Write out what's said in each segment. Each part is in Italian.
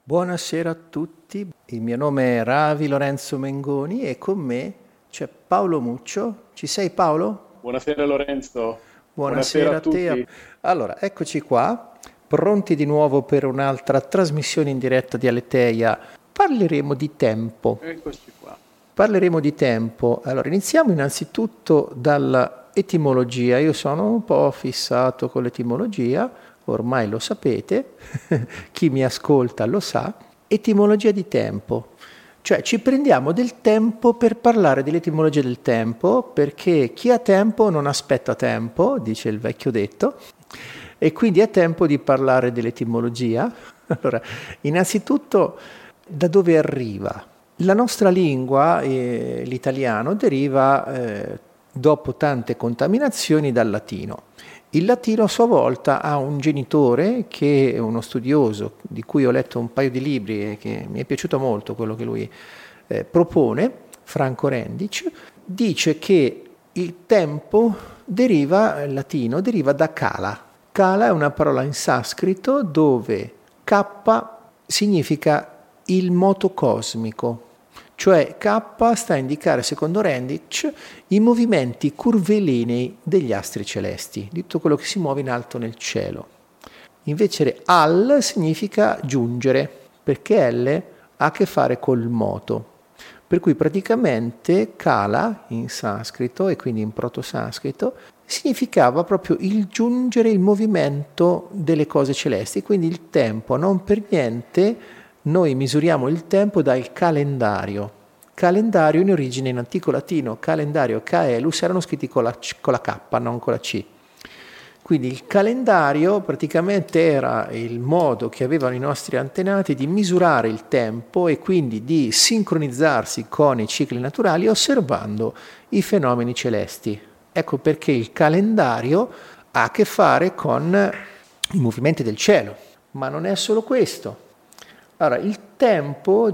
Buonasera a tutti, il mio nome è Ravi Lorenzo Mengoni e con me c'è Paolo Muccio. Ci sei Paolo? Buonasera Lorenzo, buonasera Buonasera a a te. tutti. Allora, eccoci qua, pronti di nuovo per un'altra trasmissione in diretta di Aleteia. Parleremo di tempo. Eccoci qua. Parleremo di tempo. Allora, iniziamo innanzitutto dalla etimologia. Io sono un po' fissato con l'etimologia, ormai lo sapete, chi mi ascolta lo sa. Etimologia di tempo. Cioè ci prendiamo del tempo per parlare dell'etimologia del tempo, perché chi ha tempo non aspetta tempo, dice il vecchio detto, e quindi è tempo di parlare dell'etimologia. Allora, innanzitutto, da dove arriva? La nostra lingua, l'italiano, deriva dopo tante contaminazioni dal latino. Il latino a sua volta ha un genitore che è uno studioso, di cui ho letto un paio di libri e che mi è piaciuto molto quello che lui propone, Franco Rendic, dice che il tempo deriva, il latino, deriva da kala. Kala è una parola in sanscrito dove K significa il moto cosmico, cioè K sta a indicare, secondo Rendic, i movimenti curvilinei degli astri celesti, di tutto quello che si muove in alto nel cielo. Invece al significa giungere, perché L ha a che fare col moto. Per cui praticamente Kala in sanscrito e quindi in proto-sanscrito significava proprio il giungere, il movimento delle cose celesti, quindi il tempo. Non per niente noi misuriamo il tempo dal calendario. Calendario in origine in antico latino, calendario, caelus, erano scritti con la K, non con la C. Quindi il calendario praticamente era il modo che avevano i nostri antenati di misurare il tempo e quindi di sincronizzarsi con i cicli naturali osservando i fenomeni celesti. Ecco perché il calendario ha a che fare con i movimenti del cielo. Ma non è solo questo. Allora, il tempo,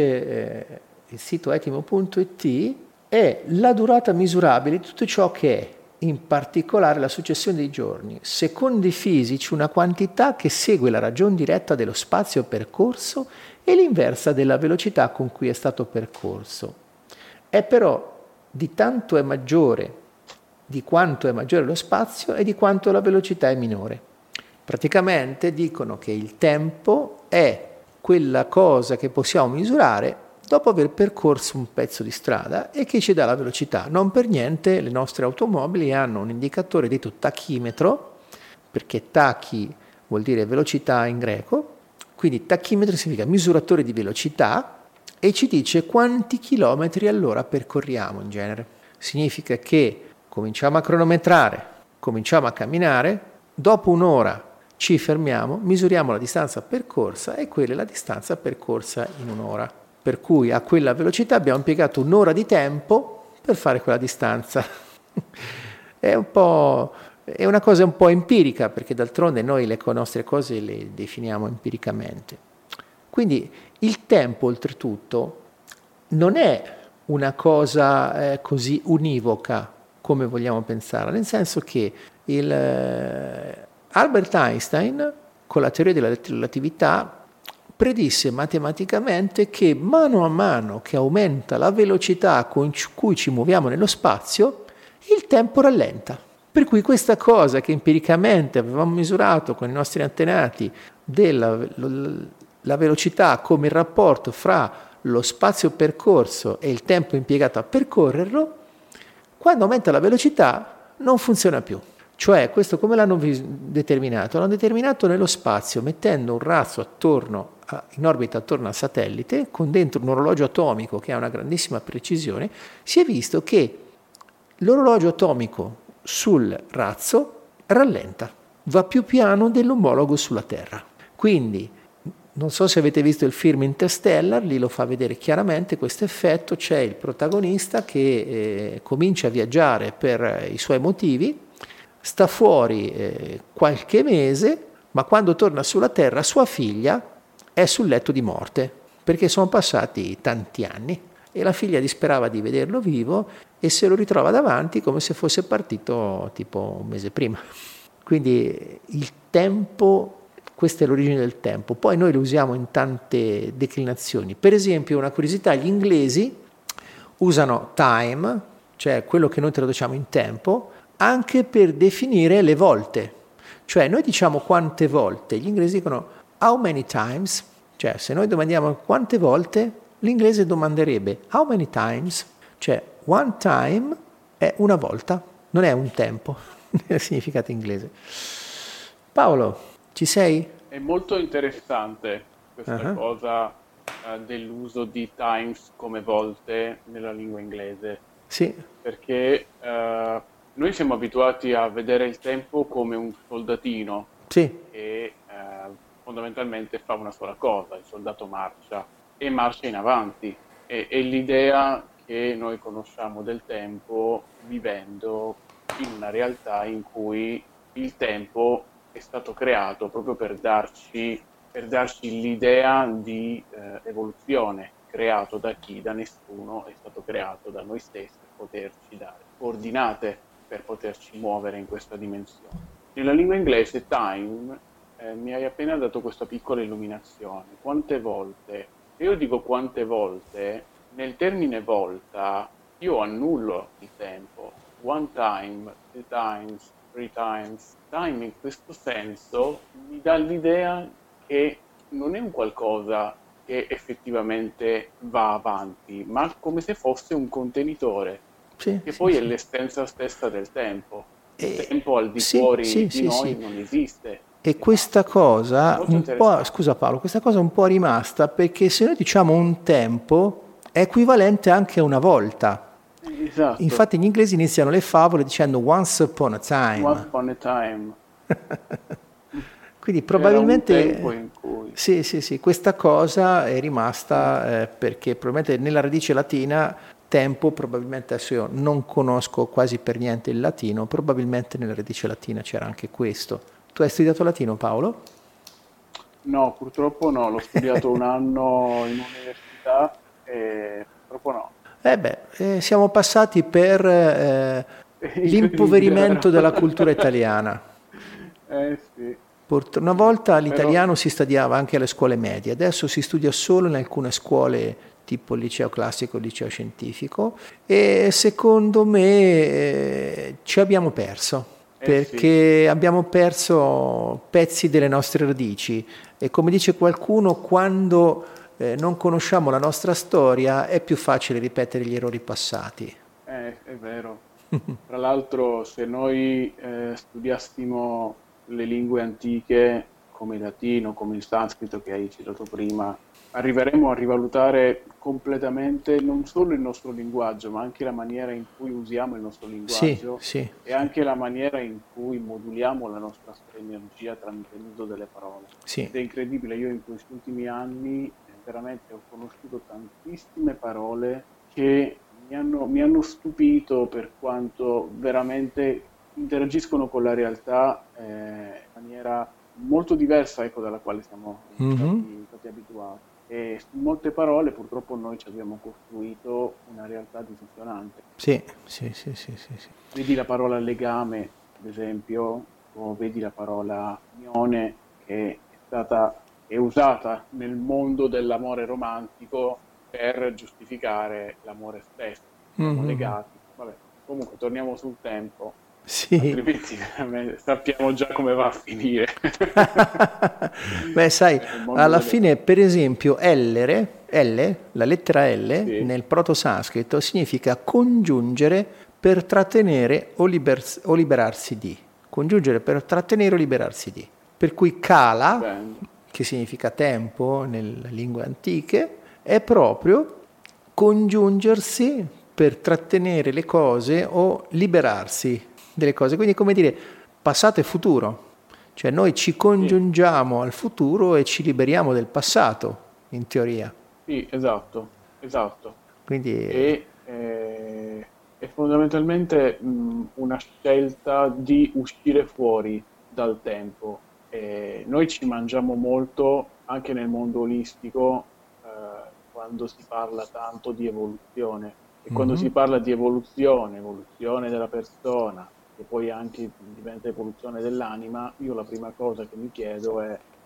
dice il sito etimo.it, è la durata misurabile di tutto ciò che è, in particolare la successione dei giorni. Secondo i fisici, una quantità che segue la ragion diretta dello spazio percorso e l'inversa della velocità con cui è stato percorso. È però di tanto è maggiore di quanto è maggiore lo spazio e di quanto la velocità è minore. Praticamente dicono che il tempo è quella cosa che possiamo misurare dopo aver percorso un pezzo di strada e che ci dà la velocità. Non per niente le nostre automobili hanno un indicatore detto tachimetro, perché tachy vuol dire velocità in greco, quindi tachimetro significa misuratore di velocità e ci dice quanti chilometri all'ora percorriamo in genere. Significa che cominciamo a cronometrare, cominciamo a camminare, dopo un'ora ci fermiamo, misuriamo la distanza percorsa e quella è la distanza percorsa in un'ora. Per cui a quella velocità abbiamo impiegato un'ora di tempo per fare quella distanza. È una cosa un po' empirica, perché d'altronde noi le nostre cose le definiamo empiricamente. Quindi il tempo, oltretutto, non è una cosa così univoca come vogliamo pensare, nel senso che Albert Einstein, con la teoria della relatività, predisse matematicamente che mano a mano che aumenta la velocità con cui ci muoviamo nello spazio, il tempo rallenta. Per cui questa cosa che empiricamente avevamo misurato con i nostri antenati la velocità come il rapporto fra lo spazio percorso e il tempo impiegato a percorrerlo, quando aumenta la velocità non funziona più. Cioè, questo come l'hanno determinato? L'hanno determinato nello spazio, mettendo un razzo in orbita attorno al satellite, con dentro un orologio atomico che ha una grandissima precisione. Si è visto che l'orologio atomico sul razzo rallenta, va più piano dell'omologo sulla Terra. Quindi, non so se avete visto il film Interstellar, lì lo fa vedere chiaramente questo effetto. C'è il protagonista che comincia a viaggiare per i suoi motivi, sta fuori qualche mese, ma quando torna sulla Terra sua figlia è sul letto di morte, perché sono passati tanti anni e la figlia disperava di vederlo vivo e se lo ritrova davanti come se fosse partito tipo un mese prima. Quindi il tempo Questa è l'origine del tempo. Poi noi lo usiamo in tante declinazioni. Per esempio, una curiosità, gli inglesi usano time, cioè quello che noi traduciamo in tempo, anche per definire le volte. Cioè noi diciamo quante volte, gli inglesi dicono how many times, cioè se noi domandiamo quante volte, l'inglese domanderebbe how many times, cioè one time è una volta, non è un tempo, nel significato inglese. Paolo, ci sei? È molto interessante questa cosa dell'uso di times come volte nella lingua inglese, Sì, perché noi siamo abituati a vedere il tempo come un soldatino sì, che fondamentalmente fa una sola cosa, il soldato marcia e marcia in avanti. E l'idea che noi conosciamo del tempo vivendo in una realtà in cui il tempo è stato creato proprio per darci l'idea di evoluzione, creato da chi? Da nessuno, è stato creato da noi stessi per poterci dare coordinate per poterci muovere in questa dimensione. Nella lingua inglese time mi hai appena dato questa piccola illuminazione. Quante volte? Se io dico quante volte, nel termine volta io annullo il tempo. One time, two times, three times. Time in questo senso mi dà l'idea che non è un qualcosa che effettivamente va avanti, ma come se fosse un contenitore, sì, che sì, poi è sì. l'essenza stessa del tempo. Il tempo al di Sì, fuori sì, di sì, noi sì. non esiste. E questa Esatto. cosa Molto un po', interessante. scusa Paolo, questa cosa un po' è rimasta perché se noi diciamo un tempo è equivalente anche a una volta. Esatto. Infatti gli inglesi iniziano le favole dicendo once upon a Once time. upon a time. Quindi C'era un tempo probabilmente in cui... sì, sì, sì, questa cosa è rimasta perché probabilmente nella radice latina tempo, probabilmente adesso io non conosco quasi per niente il latino, probabilmente nella radice latina c'era anche questo. Tu hai studiato latino, Paolo? No, purtroppo no, l'ho studiato un anno in università e purtroppo no. Siamo passati per È incredibile, l'impoverimento vero? della cultura italiana. Sì, Una sì, volta però l'italiano si studiava anche alle scuole medie, adesso si studia solo in alcune scuole tipo il liceo classico, il liceo scientifico e secondo me ci abbiamo perso eh sì, perché abbiamo perso pezzi delle nostre radici e come dice qualcuno quando non conosciamo la nostra storia è più facile ripetere gli errori passati. è vero. Tra l'altro, se noi studiassimo le lingue antiche come il latino, come il sanscrito che hai citato prima, arriveremo a rivalutare completamente non solo il nostro linguaggio, ma anche la maniera in cui usiamo il nostro Sì, linguaggio sì, e sì, anche la maniera in cui moduliamo la nostra energia tramite l'uso delle parole. sì. Ed è incredibile, io in questi ultimi anni veramente ho conosciuto tantissime parole che mi hanno stupito per quanto veramente interagiscono con la realtà in maniera molto diversa, ecco, dalla quale siamo Mhm. stati abituati. E su molte parole purtroppo noi ci abbiamo costruito una realtà disfunzionante. Sì, sì, sì, sì, sì, sì. Vedi la parola legame, ad esempio, o vedi la parola unione che è usata nel mondo dell'amore romantico per giustificare l'amore stesso. Siamo Mhm. legati. Vabbè, comunque torniamo sul tempo, Sì. altrimenti veramente sappiamo già come va a finire. Beh, sai, Il mondo alla delle... fine, per esempio, L, la lettera L, Sì. nel proto-sanscrito significa congiungere per trattenere o liberarsi di. Congiungere per trattenere o liberarsi di. Per cui kala, Stupendo. che significa tempo nelle lingue antiche, è proprio congiungersi per trattenere le cose o liberarsi delle cose. Quindi, come dire, passato e futuro. Cioè noi ci Sì, congiungiamo al futuro e ci liberiamo del passato, in teoria. sì, esatto, esatto. Quindi E è fondamentalmente una scelta di uscire fuori dal tempo. Noi ci mangiamo molto anche nel mondo olistico quando si parla tanto di evoluzione e quando si parla di evoluzione, evoluzione della persona, che poi anche diventa evoluzione dell'anima, io la prima cosa che mi chiedo è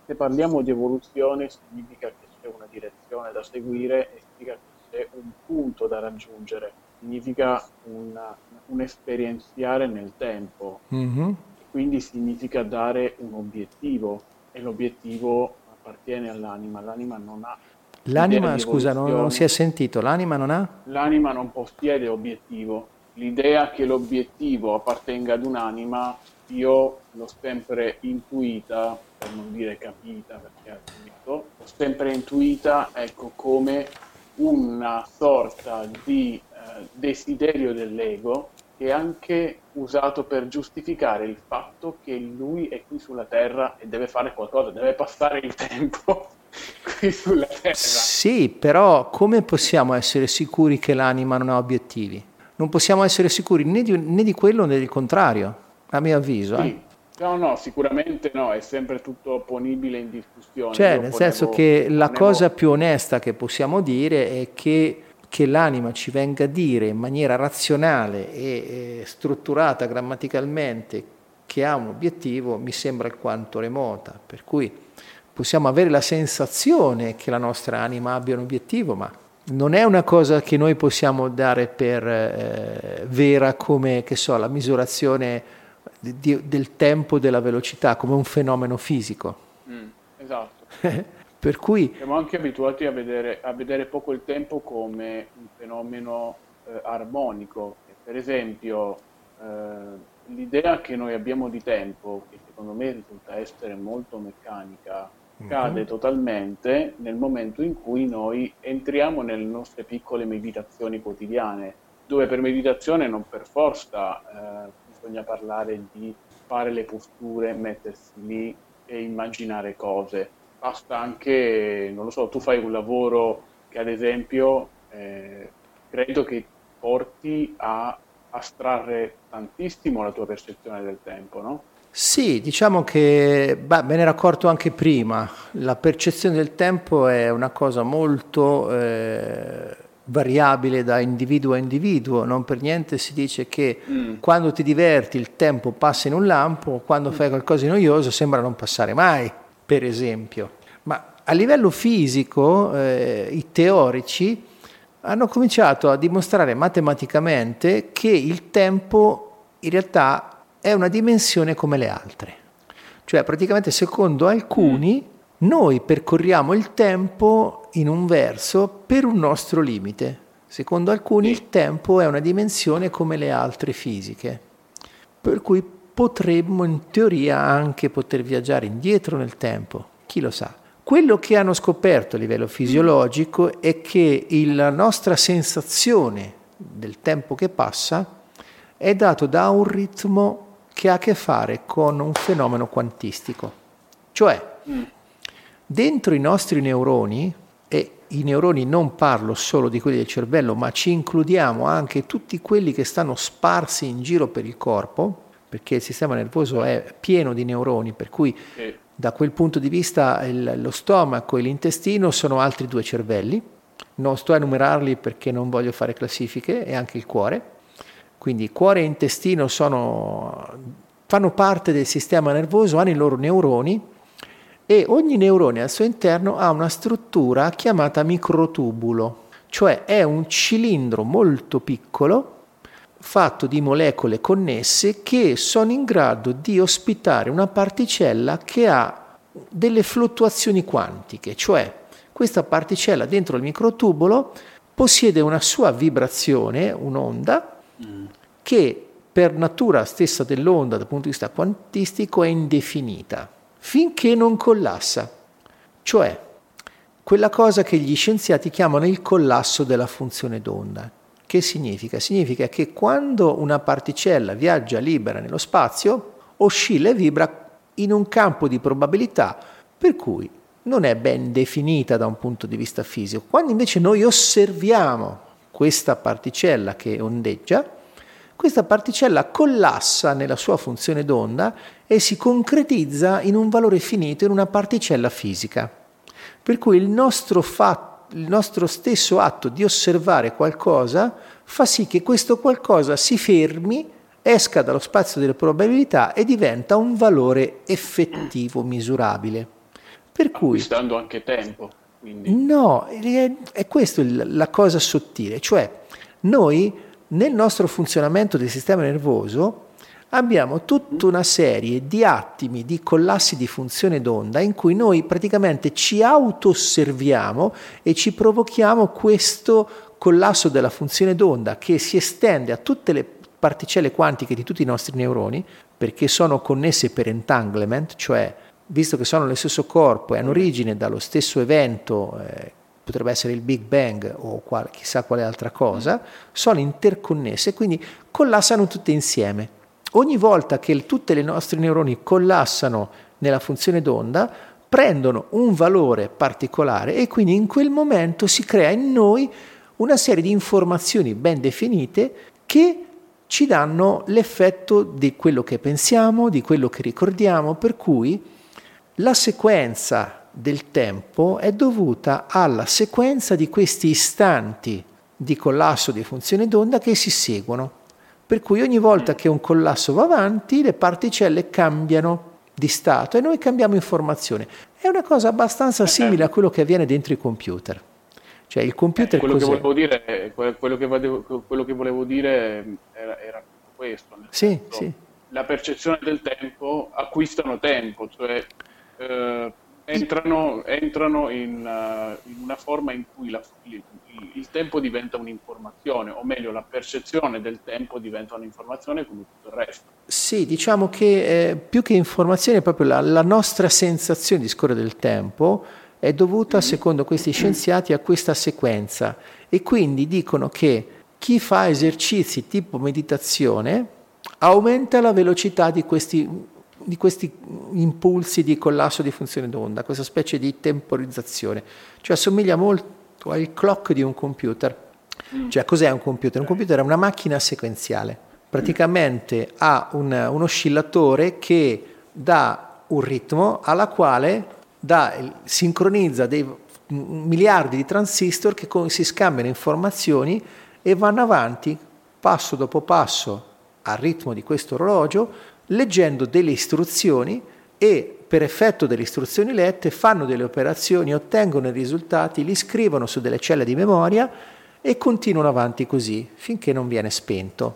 se parliamo di evoluzione significa che c'è una direzione da seguire e significa che c'è un punto da raggiungere, significa un esperienziare nel tempo, Mhm. quindi significa dare un obiettivo e l'obiettivo appartiene all'anima, l'anima non ha idea L'anima, di scusa, non si è evoluzione. sentito, l'anima non ha? L'anima non possiede obiettivo. L'idea che l'obiettivo appartenga ad un'anima, io l'ho sempre intuita, per non dire capita, perché è finito, l'ho sempre intuita, ecco, come una sorta di desiderio dell'ego che è anche usato per giustificare il fatto che lui è qui sulla Terra e deve fare qualcosa, deve passare il tempo qui sulla Terra. Sì, però come possiamo essere sicuri che l'anima non ha obiettivi? Non possiamo essere sicuri né di quello né del contrario, a mio avviso. Sì, no, no, sicuramente no, è sempre tutto ponibile in discussione. Cioè, Io nel senso che la cosa ponevo, più onesta che possiamo dire è che l'anima ci venga a dire in maniera razionale e strutturata grammaticalmente che ha un obiettivo, mi sembra alquanto remota. Per cui possiamo avere la sensazione che la nostra anima abbia un obiettivo, ma non è una cosa che noi possiamo dare per vera come, che so, la misurazione del tempo, della velocità, come un fenomeno fisico. esatto, Per cui siamo anche abituati a vedere poco il tempo come un fenomeno armonico. Per esempio, l'idea che noi abbiamo di tempo, che secondo me risulta essere molto meccanica, cade totalmente nel momento in cui noi entriamo nelle nostre piccole meditazioni quotidiane, dove per meditazione non per forza bisogna parlare di fare le posture, mettersi lì e immaginare cose. Basta anche, non lo so, tu fai un lavoro che ad esempio credo che porti a astrarre tantissimo la tua percezione del tempo, no? sì, diciamo che me ne ero accorto anche prima, la percezione del tempo è una cosa molto variabile da individuo a individuo, non per niente si dice che Mm. quando ti diverti il tempo passa in un lampo, quando fai qualcosa di noioso sembra non passare mai, per esempio. Ma a livello fisico i teorici hanno cominciato a dimostrare matematicamente che il tempo in realtà è una dimensione come le altre. Cioè praticamente secondo Mm. alcuni noi percorriamo il tempo in un verso per un nostro limite. Secondo alcuni Sì. il tempo è una dimensione come le altre fisiche. Per cui potremmo in teoria anche poter viaggiare indietro nel tempo, chi lo sa. Quello che hanno scoperto a livello Mm. fisiologico è che la nostra sensazione del tempo che passa è dato da un ritmo che ha a che fare con un fenomeno quantistico. Cioè, Mm. dentro i nostri neuroni, e i neuroni non parlo solo di quelli del cervello, ma ci includiamo anche tutti quelli che stanno sparsi in giro per il corpo, perché il sistema nervoso Certo. è pieno di neuroni, per cui Sì. da quel punto di vista lo stomaco e l'intestino sono altri due cervelli. Non sto a enumerarli perché non voglio fare classifiche, e anche il cuore. Quindi cuore e intestino fanno parte del sistema nervoso, hanno i loro neuroni e ogni neurone al suo interno ha una struttura chiamata microtubulo, cioè è un cilindro molto piccolo fatto di molecole connesse che sono in grado di ospitare una particella che ha delle fluttuazioni quantiche, cioè questa particella dentro il microtubulo possiede una sua vibrazione, un'onda, Mm. che per natura stessa dell'onda dal punto di vista quantistico è indefinita, finché non collassa, cioè quella cosa che gli scienziati chiamano il collasso della funzione d'onda. Che significa? Significa che quando una particella viaggia libera nello spazio, oscilla e vibra in un campo di probabilità per cui non è ben definita da un punto di vista fisico. Quando invece noi osserviamo questa particella che ondeggia, questa particella collassa nella sua funzione d'onda e si concretizza in un valore finito, in una particella fisica. Per cui il nostro stesso atto di osservare qualcosa fa sì che questo qualcosa si fermi, esca dallo spazio delle probabilità e diventa un valore effettivo, misurabile. Per cui, acquistando anche tempo. Quindi. no, è questa la cosa sottile, cioè noi nel nostro funzionamento del sistema nervoso abbiamo tutta una serie di attimi, di collassi di funzione d'onda in cui noi praticamente ci auto-osserviamo e ci provochiamo questo collasso della funzione d'onda che si estende a tutte le particelle quantiche di tutti i nostri neuroni, perché sono connesse per entanglement, cioè visto che sono nello stesso corpo e hanno origine dallo stesso evento, potrebbe essere il Big Bang o chissà quale altra cosa, sono interconnesse, quindi collassano tutte insieme. Ogni volta che tutti i nostri neuroni collassano nella funzione d'onda, prendono un valore particolare e quindi in quel momento si crea in noi una serie di informazioni ben definite che ci danno l'effetto di quello che pensiamo, di quello che ricordiamo, per cui la sequenza del tempo è dovuta alla sequenza di questi istanti di collasso di funzione d'onda che si seguono. Per cui ogni volta che un collasso va avanti, le particelle cambiano di stato e noi cambiamo informazione. È una cosa abbastanza simile a quello che avviene dentro i computer. Cioè il computer quello che cos'è? volevo dire, quello che volevo dire era questo, nel Sì, senso, sì. la percezione del tempo acquistano tempo, cioè entrano in una forma in cui il tempo diventa un'informazione, o meglio, la percezione del tempo diventa un'informazione come tutto il resto. Sì, diciamo che più che informazione, proprio la nostra sensazione di scorrere del tempo è dovuta, secondo questi scienziati, a questa sequenza. E quindi dicono che chi fa esercizi tipo meditazione aumenta la velocità di questi impulsi di collasso di funzione d'onda, questa specie di temporizzazione. Cioè assomiglia molto al clock di un computer. Cioè cos'è un computer? Un computer è una macchina sequenziale. Praticamente ha un oscillatore che dà un ritmo alla quale sincronizza dei miliardi di transistor che si scambiano informazioni e vanno avanti passo dopo passo al ritmo di questo orologio, leggendo delle istruzioni e per effetto delle istruzioni lette fanno delle operazioni, ottengono i risultati, li scrivono su delle celle di memoria e continuano avanti così finché non viene spento.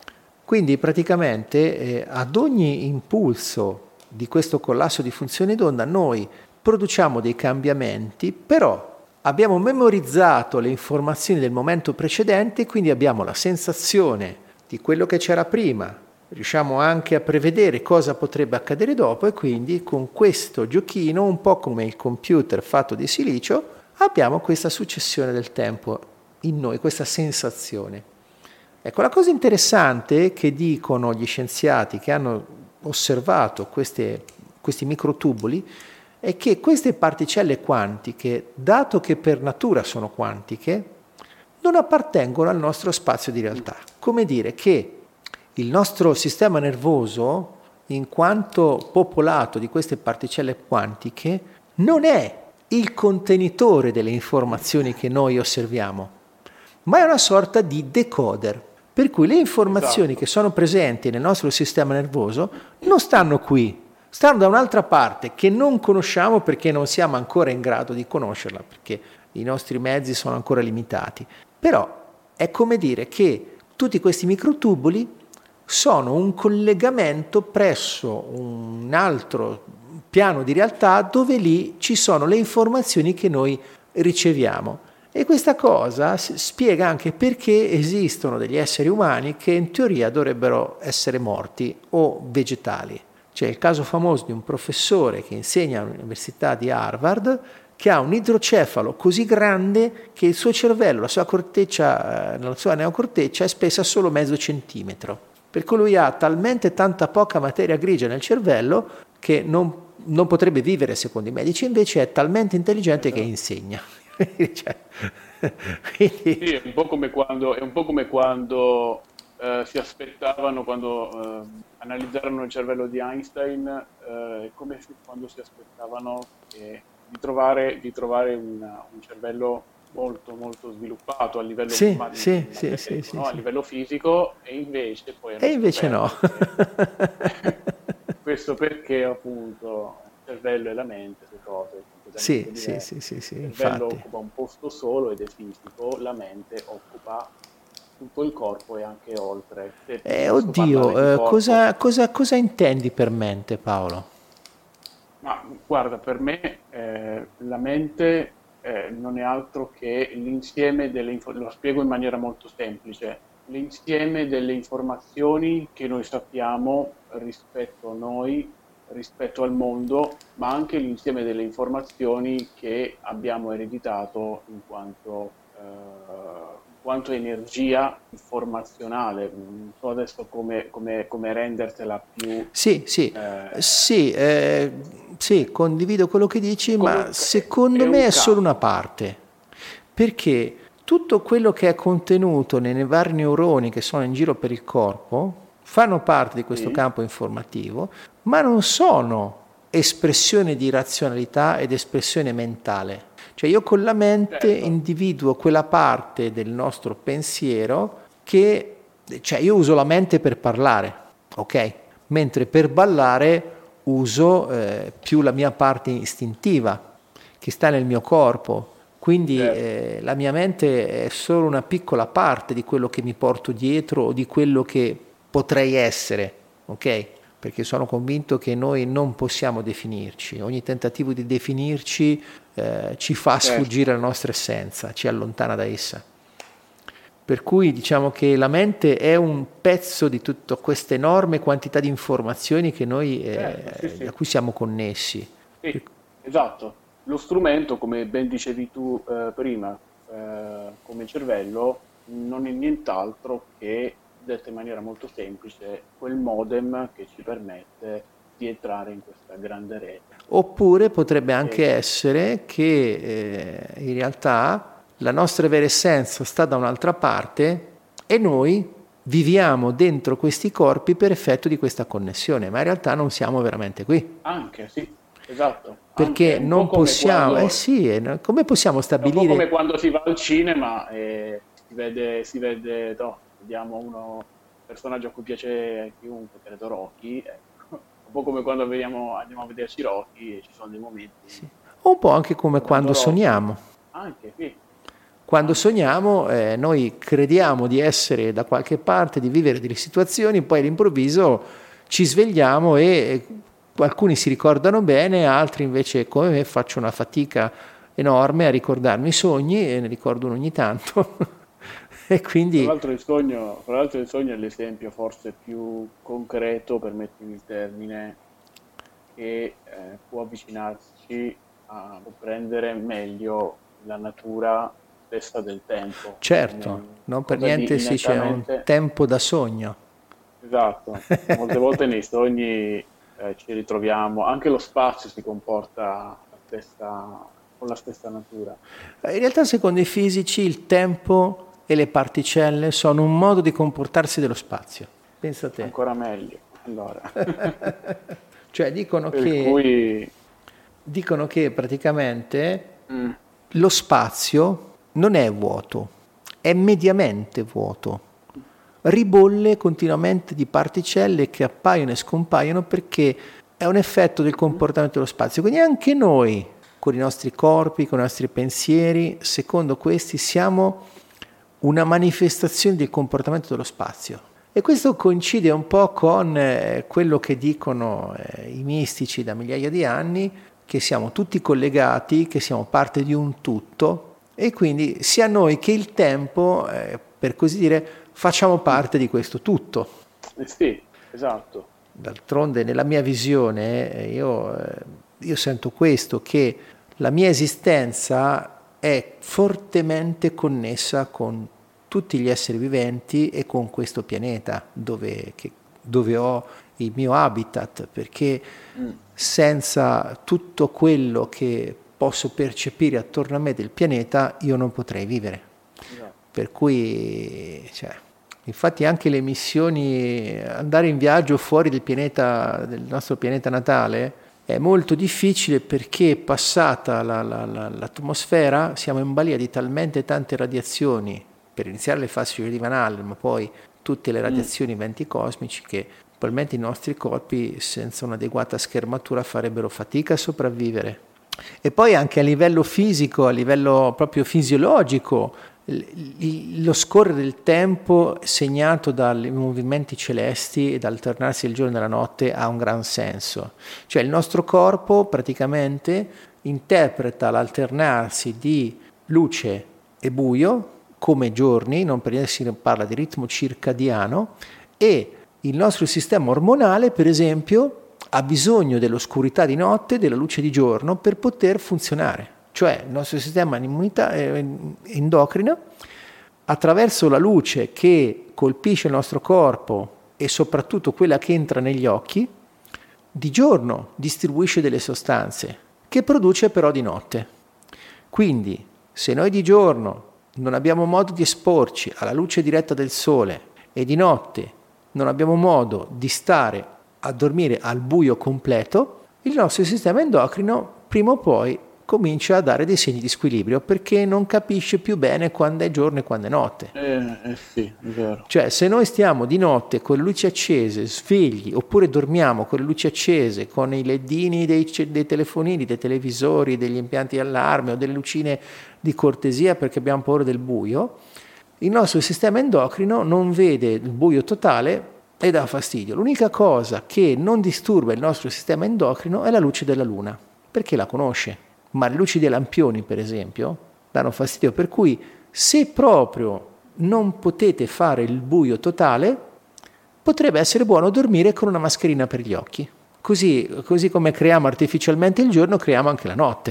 Quindi praticamente ad ogni impulso di questo collasso di funzioni d'onda noi produciamo dei cambiamenti, però abbiamo memorizzato le informazioni del momento precedente, quindi abbiamo la sensazione di quello che c'era prima, riusciamo anche a prevedere cosa potrebbe accadere dopo e quindi con questo giochino, un po' come il computer fatto di silicio, abbiamo questa successione del tempo in noi, questa sensazione. Ecco, la cosa interessante che dicono gli scienziati che hanno osservato questi microtubuli è che queste particelle quantiche, dato che per natura sono quantiche, non appartengono al nostro spazio di realtà. Come dire che il nostro sistema nervoso, in quanto popolato di queste particelle quantiche, non è il contenitore delle informazioni che noi osserviamo, ma è una sorta di decoder. Per cui le informazioni che sono presenti nel nostro sistema nervoso non stanno qui, stanno da un'altra parte che non conosciamo perché non siamo ancora in grado di conoscerla, perché i nostri mezzi sono ancora limitati. Però è come dire che tutti questi microtubuli sono un collegamento presso un altro piano di realtà dove lì ci sono le informazioni che noi riceviamo. E questa cosa spiega anche perché esistono degli esseri umani che in teoria dovrebbero essere morti o vegetali. C'è il caso famoso di un professore che insegna all'Università di Harvard che ha un idrocefalo così grande che il suo cervello, la sua corteccia, la sua neocorteccia è spessa solo mezzo centimetro. Per cui lui ha talmente tanta poca materia grigia nel cervello che non potrebbe vivere secondo i medici, invece è talmente intelligente che insegna. Sì, è un po' come quando si aspettavano, quando analizzarono il cervello di Einstein, è come quando si aspettavano di trovare un cervello molto molto sviluppato a livello matematico, no? A livello fisico, e invece poi no. questo perché appunto cervello e la mente, due cose Sì, completamente sì, diverse. sì, sì, sì, Il cervello infatti. occupa un posto solo ed è fisico, la mente occupa tutto il corpo e anche oltre. Se posso parlare di Oddio, corpo, cosa intendi per mente, Paolo? ma guarda, per me la mente non è altro che l'insieme lo spiego in maniera molto semplice, l'insieme delle informazioni che noi sappiamo rispetto a noi, rispetto al mondo, ma anche l'insieme delle informazioni che abbiamo ereditato in quanto energia informazionale. Non so adesso come rendertela più... Sì, sì, eh, sì, sì, condivido quello che dici, ma È secondo me un è solo una campo. parte, perché tutto quello che è contenuto nei vari neuroni che sono in giro per il corpo fanno parte di questo Sì, campo informativo, ma non sono espressione di razionalità ed espressione mentale. Cioè io con la mente certo, individuo quella parte del nostro pensiero che, cioè io uso la mente per parlare, ok? Mentre per ballare uso più la mia parte istintiva che sta nel mio corpo. Quindi certo. la mia mente è solo una piccola parte di quello che mi porto dietro o di quello che potrei essere, ok? Perché sono convinto che noi non possiamo definirci. Ogni tentativo di definirci ci fa Certo, sfuggire la nostra essenza, ci allontana da essa. Per cui diciamo che la mente è un pezzo di tutta questa enorme quantità di informazioni che noi, certo, sì, a sì, cui siamo connessi. sì, esatto. Lo strumento, come ben dicevi tu prima, come il cervello, non è nient'altro che, detto in maniera molto semplice, quel modem che ci permette di entrare in questa grande rete. Oppure potrebbe anche E, essere che in realtà la nostra vera essenza sta da un'altra parte e noi viviamo dentro questi corpi per effetto di questa connessione, ma in realtà non siamo veramente qui. anche, sì, esatto, anche, Perché è un po' non come possiamo, eh quando sì, come possiamo È un po' come stabilire. quando si va al cinema e no, vediamo un personaggio a cui piace chiunque, credo Rocky, ecco. Un po' come quando andiamo a vederci Rocky e ci sono dei momenti, Sì. Un po' anche come guardando quando Rocky, sogniamo. anche, sì, Quando anche, sogniamo, noi crediamo di essere da qualche parte, di vivere delle situazioni, poi all'improvviso ci svegliamo e alcuni si ricordano bene, altri invece, come me, faccio una fatica enorme a ricordarmi i sogni e ne ricordo uno ogni tanto. E quindi, tra l'altro il sogno è l'esempio forse più concreto, permettimi il termine, che può avvicinarci a comprendere meglio la natura stessa del tempo, come certo, un non per qualcosa di niente si c'è un nettamente tempo da sogno. esatto. Molte volte nei sogni ci ritroviamo, anche lo spazio si comporta con la stessa natura. In realtà, secondo i fisici, il tempo e le particelle sono un modo di comportarsi dello spazio. Pensa a te. Ancora meglio, allora. Cioè Per cui, dicono che praticamente mm, lo spazio non è vuoto, è mediamente vuoto. Ribolle continuamente di particelle che appaiono e scompaiono perché è un effetto del mhm, comportamento dello spazio. Quindi anche noi, con i nostri corpi, con i nostri pensieri, secondo questi siamo una manifestazione del comportamento dello spazio. E questo coincide un po' con quello che dicono i mistici da migliaia di anni, che siamo tutti collegati, che siamo parte di un tutto e quindi sia noi che il tempo, per così dire, facciamo mm. parte di questo tutto. Sì, esatto. D'altronde nella mia visione io sento questo, che la mia esistenza è fortemente connessa con tutti gli esseri viventi e con questo pianeta dove ho il mio habitat, perché Mm, senza tutto quello che posso percepire attorno a me del pianeta io non potrei vivere. esatto. Per cui, cioè, infatti anche le missioni, andare in viaggio fuori del pianeta, del nostro pianeta natale, è molto difficile perché passata l'atmosfera siamo in balia di talmente tante radiazioni, per iniziare le fasi di Van Allen, ma poi tutte le Mm, radiazioni, eventi cosmici, che probabilmente i nostri corpi senza un'adeguata schermatura farebbero fatica a sopravvivere. E poi anche a livello fisico, a livello proprio fisiologico, lo scorrere del tempo segnato dai movimenti celesti e dall'alternarsi del giorno e della notte ha un gran senso. Cioè il nostro corpo praticamente interpreta l'alternarsi di luce e buio come giorni, non per niente si parla di ritmo circadiano, e il nostro sistema ormonale, per esempio, ha bisogno dell'oscurità di notte e della luce di giorno per poter funzionare. Cioè il nostro sistema endocrino, attraverso la luce che colpisce il nostro corpo e soprattutto quella che entra negli occhi, di giorno distribuisce delle sostanze che produce però di notte. Quindi se noi di giorno non abbiamo modo di esporci alla luce diretta del sole e di notte non abbiamo modo di stare a dormire al buio completo, il nostro sistema endocrino prima o poi comincia a dare dei segni di squilibrio perché non capisce più bene quando è giorno e quando è notte. Sì, è vero. Cioè se noi stiamo di notte con le luci accese, svegli, oppure dormiamo con le luci accese, con i ledini dei telefonini, dei televisori, degli impianti allarme o delle lucine di cortesia perché abbiamo paura del buio, il nostro sistema endocrino non vede il buio totale e dà fastidio. L'unica cosa che non disturba il nostro sistema endocrino è la luce della luna, perché la conosce. Ma le luci dei lampioni, per esempio, danno fastidio, per cui se proprio non potete fare il buio totale, potrebbe essere buono dormire con una mascherina per gli occhi. Così come creiamo artificialmente il giorno, creiamo anche la notte.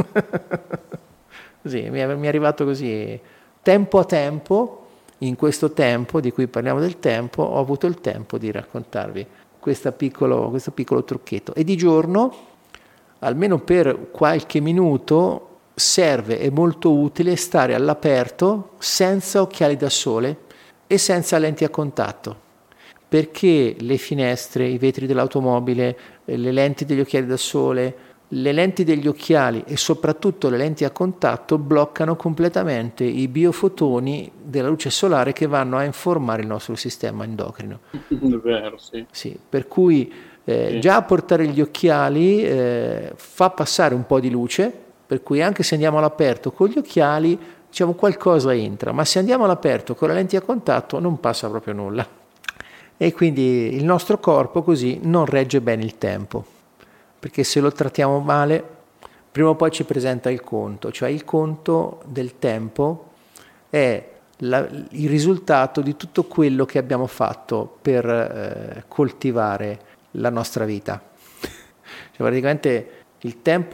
Così, mi è arrivato così, tempo a tempo, in questo tempo di cui parliamo del tempo, ho avuto il tempo di raccontarvi questo piccolo trucchetto. E di giorno, almeno per qualche minuto, serve, è molto utile stare all'aperto senza occhiali da sole e senza lenti a contatto, perché le finestre, i vetri dell'automobile, le lenti degli occhiali da sole, le lenti degli occhiali e soprattutto le lenti a contatto bloccano completamente i biofotoni della luce solare che vanno a informare il nostro sistema endocrino. È vero, sì. Sì, per cui già portare gli occhiali fa passare un po' di luce, per cui anche se andiamo all'aperto con gli occhiali, diciamo qualcosa entra, ma se andiamo all'aperto con le lenti a contatto non passa proprio nulla. E quindi il nostro corpo così non regge bene il tempo, perché se lo trattiamo male, prima o poi ci presenta il conto, cioè il conto del tempo è il risultato di tutto quello che abbiamo fatto per coltivare la nostra vita. Cioè praticamente il tempo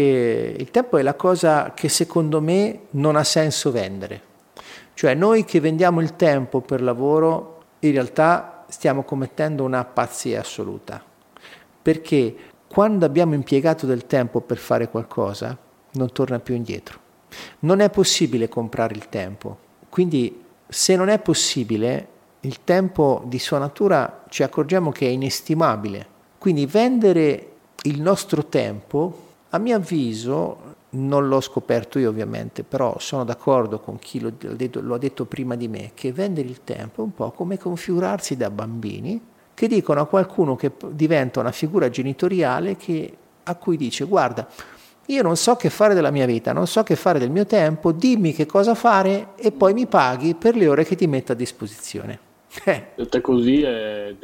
è la cosa che secondo me non ha senso vendere. Cioè noi che vendiamo il tempo per lavoro in realtà stiamo commettendo una pazzia assoluta, perché quando abbiamo impiegato del tempo per fare qualcosa non torna più indietro. Non è possibile comprare il tempo, quindi se non è possibile, il tempo di sua natura ci accorgiamo che è inestimabile. Quindi vendere il nostro tempo, a mio avviso, non l'ho scoperto io ovviamente, però sono d'accordo con chi lo ha detto prima di me, che vendere il tempo è un po' come configurarsi da bambini che dicono a qualcuno che diventa una figura genitoriale a cui dice: guarda, io non so che fare della mia vita, non so che fare del mio tempo, dimmi che cosa fare e poi mi paghi per le ore che ti metto a disposizione. Detta così è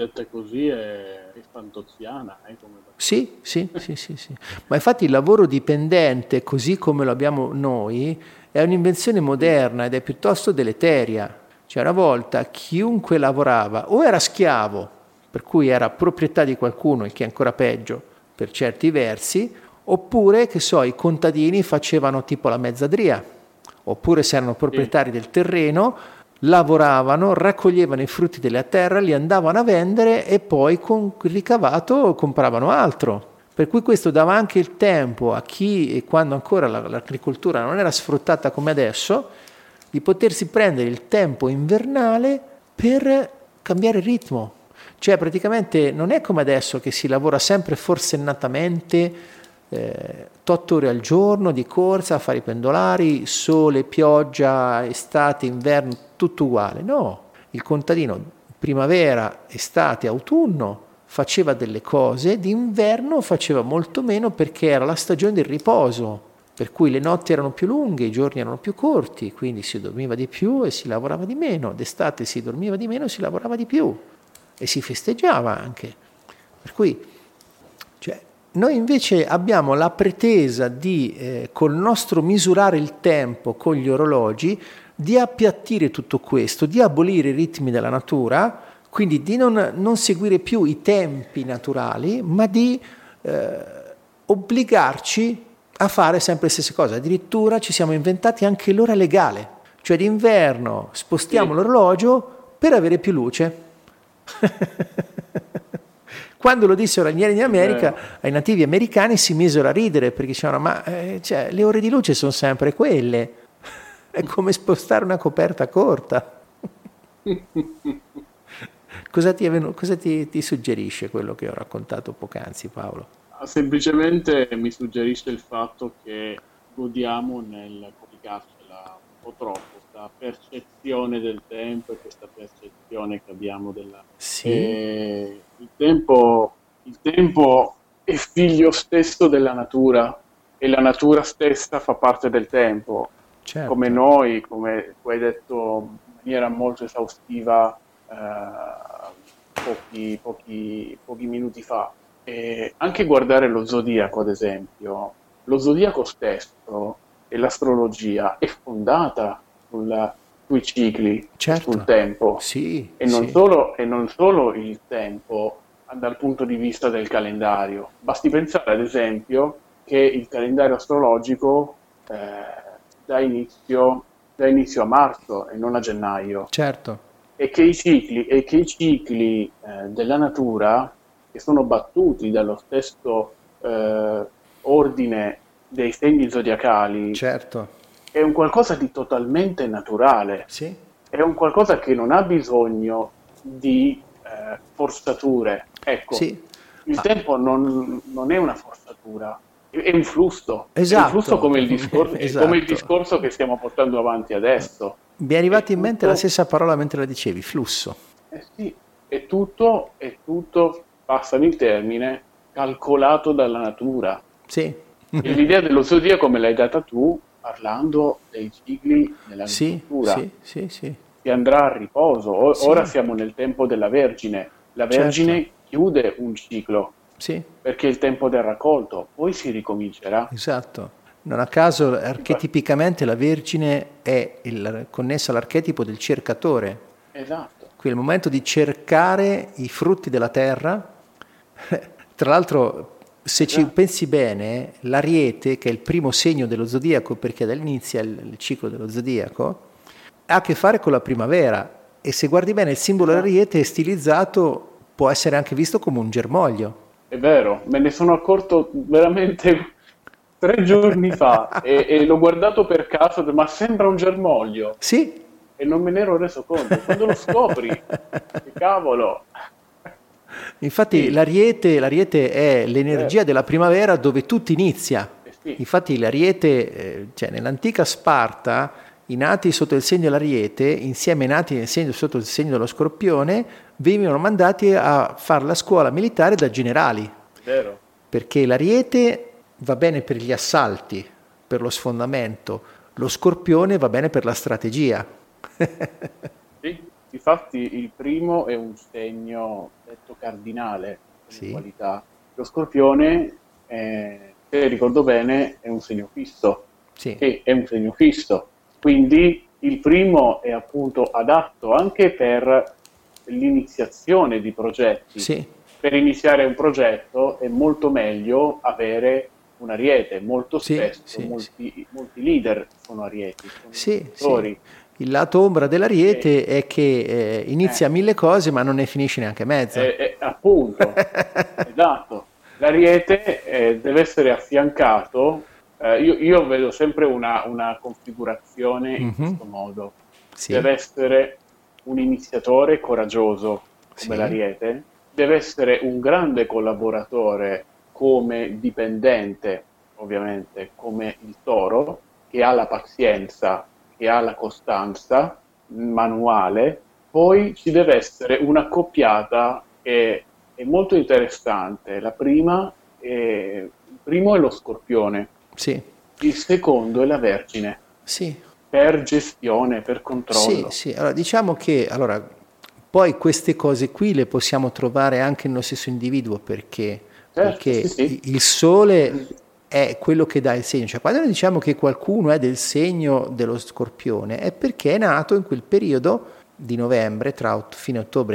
fantoziana. Sì. Ma infatti il lavoro dipendente, così come lo abbiamo noi, è un'invenzione moderna ed è piuttosto deleteria. Cioè una volta chiunque lavorava o era schiavo, per cui era proprietà di qualcuno, il che è ancora peggio per certi versi, oppure, che so, i contadini facevano tipo la mezzadria, oppure se erano proprietari del terreno, lavoravano, raccoglievano i frutti della terra, li andavano a vendere e poi con il ricavato compravano altro. Per cui questo dava anche il tempo a chi, quando ancora l'agricoltura non era sfruttata come adesso, di potersi prendere il tempo invernale per cambiare ritmo. Cioè praticamente non è come adesso che si lavora sempre forsennatamente 8 ore al giorno di corsa a fare i pendolari, sole, pioggia, estate, inverno, tutto uguale. No, il contadino primavera, estate, autunno faceva delle cose, d'inverno faceva molto meno perché era la stagione del riposo, per cui le notti erano più lunghe, i giorni erano più corti, quindi si dormiva di più e si lavorava di meno, d'estate si dormiva di meno e si lavorava di più e si festeggiava anche. Per cui, cioè, noi invece abbiamo la pretesa di, col nostro misurare il tempo con gli orologi, di appiattire tutto questo, di abolire i ritmi della natura, quindi di non seguire più i tempi naturali, ma di obbligarci a fare sempre le stesse cose. Addirittura ci siamo inventati anche l'ora legale, cioè d'inverno spostiamo l'orologio per avere più luce. Quando lo dissero agli alieni in America, ai nativi americani si misero a ridere perché dicevano ma cioè, le ore di luce sono sempre quelle, è come spostare una coperta corta. Cosa ti suggerisce quello che ho raccontato poc'anzi, Paolo? Semplicemente mi suggerisce il fatto che godiamo nel complicarsela un po' troppo, questa percezione del tempo e questa percezione che abbiamo della... Sì, Il tempo è figlio stesso della natura e la natura stessa fa parte del tempo, come certo, noi, come tu hai detto in maniera molto esaustiva pochi minuti fa. E anche guardare lo zodiaco, ad esempio, lo zodiaco stesso e l'astrologia è fondata sui cicli e sul certo, tempo sì, e sì, e non solo il tempo dal punto di vista del calendario. Basti pensare, ad esempio, che il calendario astrologico dà inizio a marzo e non a gennaio certo, e che i cicli della natura, che sono battuti dallo stesso ordine dei segni zodiacali, certo, è un qualcosa di totalmente naturale, sì, è un qualcosa che non ha bisogno di forzature. Ecco, sì, il ah, tempo non è una forzatura, è un flusso esatto, come il esatto. discorso che stiamo portando avanti adesso. Mi è È arrivata in mente la tutto, stessa parola mentre la dicevi, flusso. sì, è tutto, passami il termine, calcolato dalla natura. Sì, E l'idea dello zodiaco me l'hai data tu parlando dei cicli sì, nell'agricoltura. sì, sì, sì, Si andrà a riposo. Ora sì, siamo nel tempo della Vergine. La certo, Vergine chiude un ciclo sì, perché è il tempo del raccolto, poi si ricomincerà. esatto. Non a caso Infa- archetipicamente la Vergine è connessa all'archetipo del cercatore. Esatto. Qui è il momento di cercare i frutti della terra. Tra l'altro, se ci Esatto. pensi bene, l'Ariete, che è il primo segno dello zodiaco, perché da lì inizia il ciclo dello zodiaco, ha a che fare con la primavera. E se guardi bene, il simbolo Esatto. dell'Ariete è stilizzato, può essere anche visto come un germoglio. È vero, me ne sono accorto veramente 3 giorni fa e l'ho guardato per caso, ma sembra un germoglio Sì, e non me ne ero reso conto. Quando lo scopri, che cavolo, infatti sì, l'Ariete è è l'energia vero, della primavera dove tutto inizia. sì, Infatti l'Ariete, cioè nell'antica Sparta, i nati sotto il segno dell'Ariete, insieme ai nati sotto il segno dello Scorpione, venivano mandati a fare la scuola militare da generali, è vero. perché l'Ariete va bene per gli assalti, per lo sfondamento, lo Scorpione va bene per la strategia. Sì, infatti il primo è un segno detto cardinale come Sì, qualità. Lo Scorpione, se ricordo bene, è un segno fisso, sì, che è un segno fisso. Quindi il primo è appunto adatto anche per l'iniziazione di progetti. sì, Per iniziare un progetto è molto meglio avere un ariete. Molto sì, spesso sì, sì. molti leader sono arieti, sono Sì, sì. iniziatori. Il lato ombra E, dell'Ariete è che eh, inizia mille cose ma non ne finisce neanche mezza. appunto, esatto. L'ariete deve essere affiancato. Io vedo sempre una configurazione in Mhm. questo modo. Sì, Deve essere un iniziatore coraggioso come sì, l'ariete, deve essere un grande collaboratore come dipendente, ovviamente, come il toro, che ha la pazienza, che ha la costanza manuale Poi ci deve essere una coppiata che è molto interessante. Il primo è lo Scorpione, Sì, il secondo è la Vergine, sì. per gestione, per Sì, controllo. sì, allora diciamo che poi queste cose qui le possiamo trovare anche nello stesso individuo Certo, sì, perché sì. il sole è quello che dà il segno, cioè quando noi diciamo che qualcuno è del segno dello scorpione è perché è nato in quel periodo di novembre, tra fine ottobre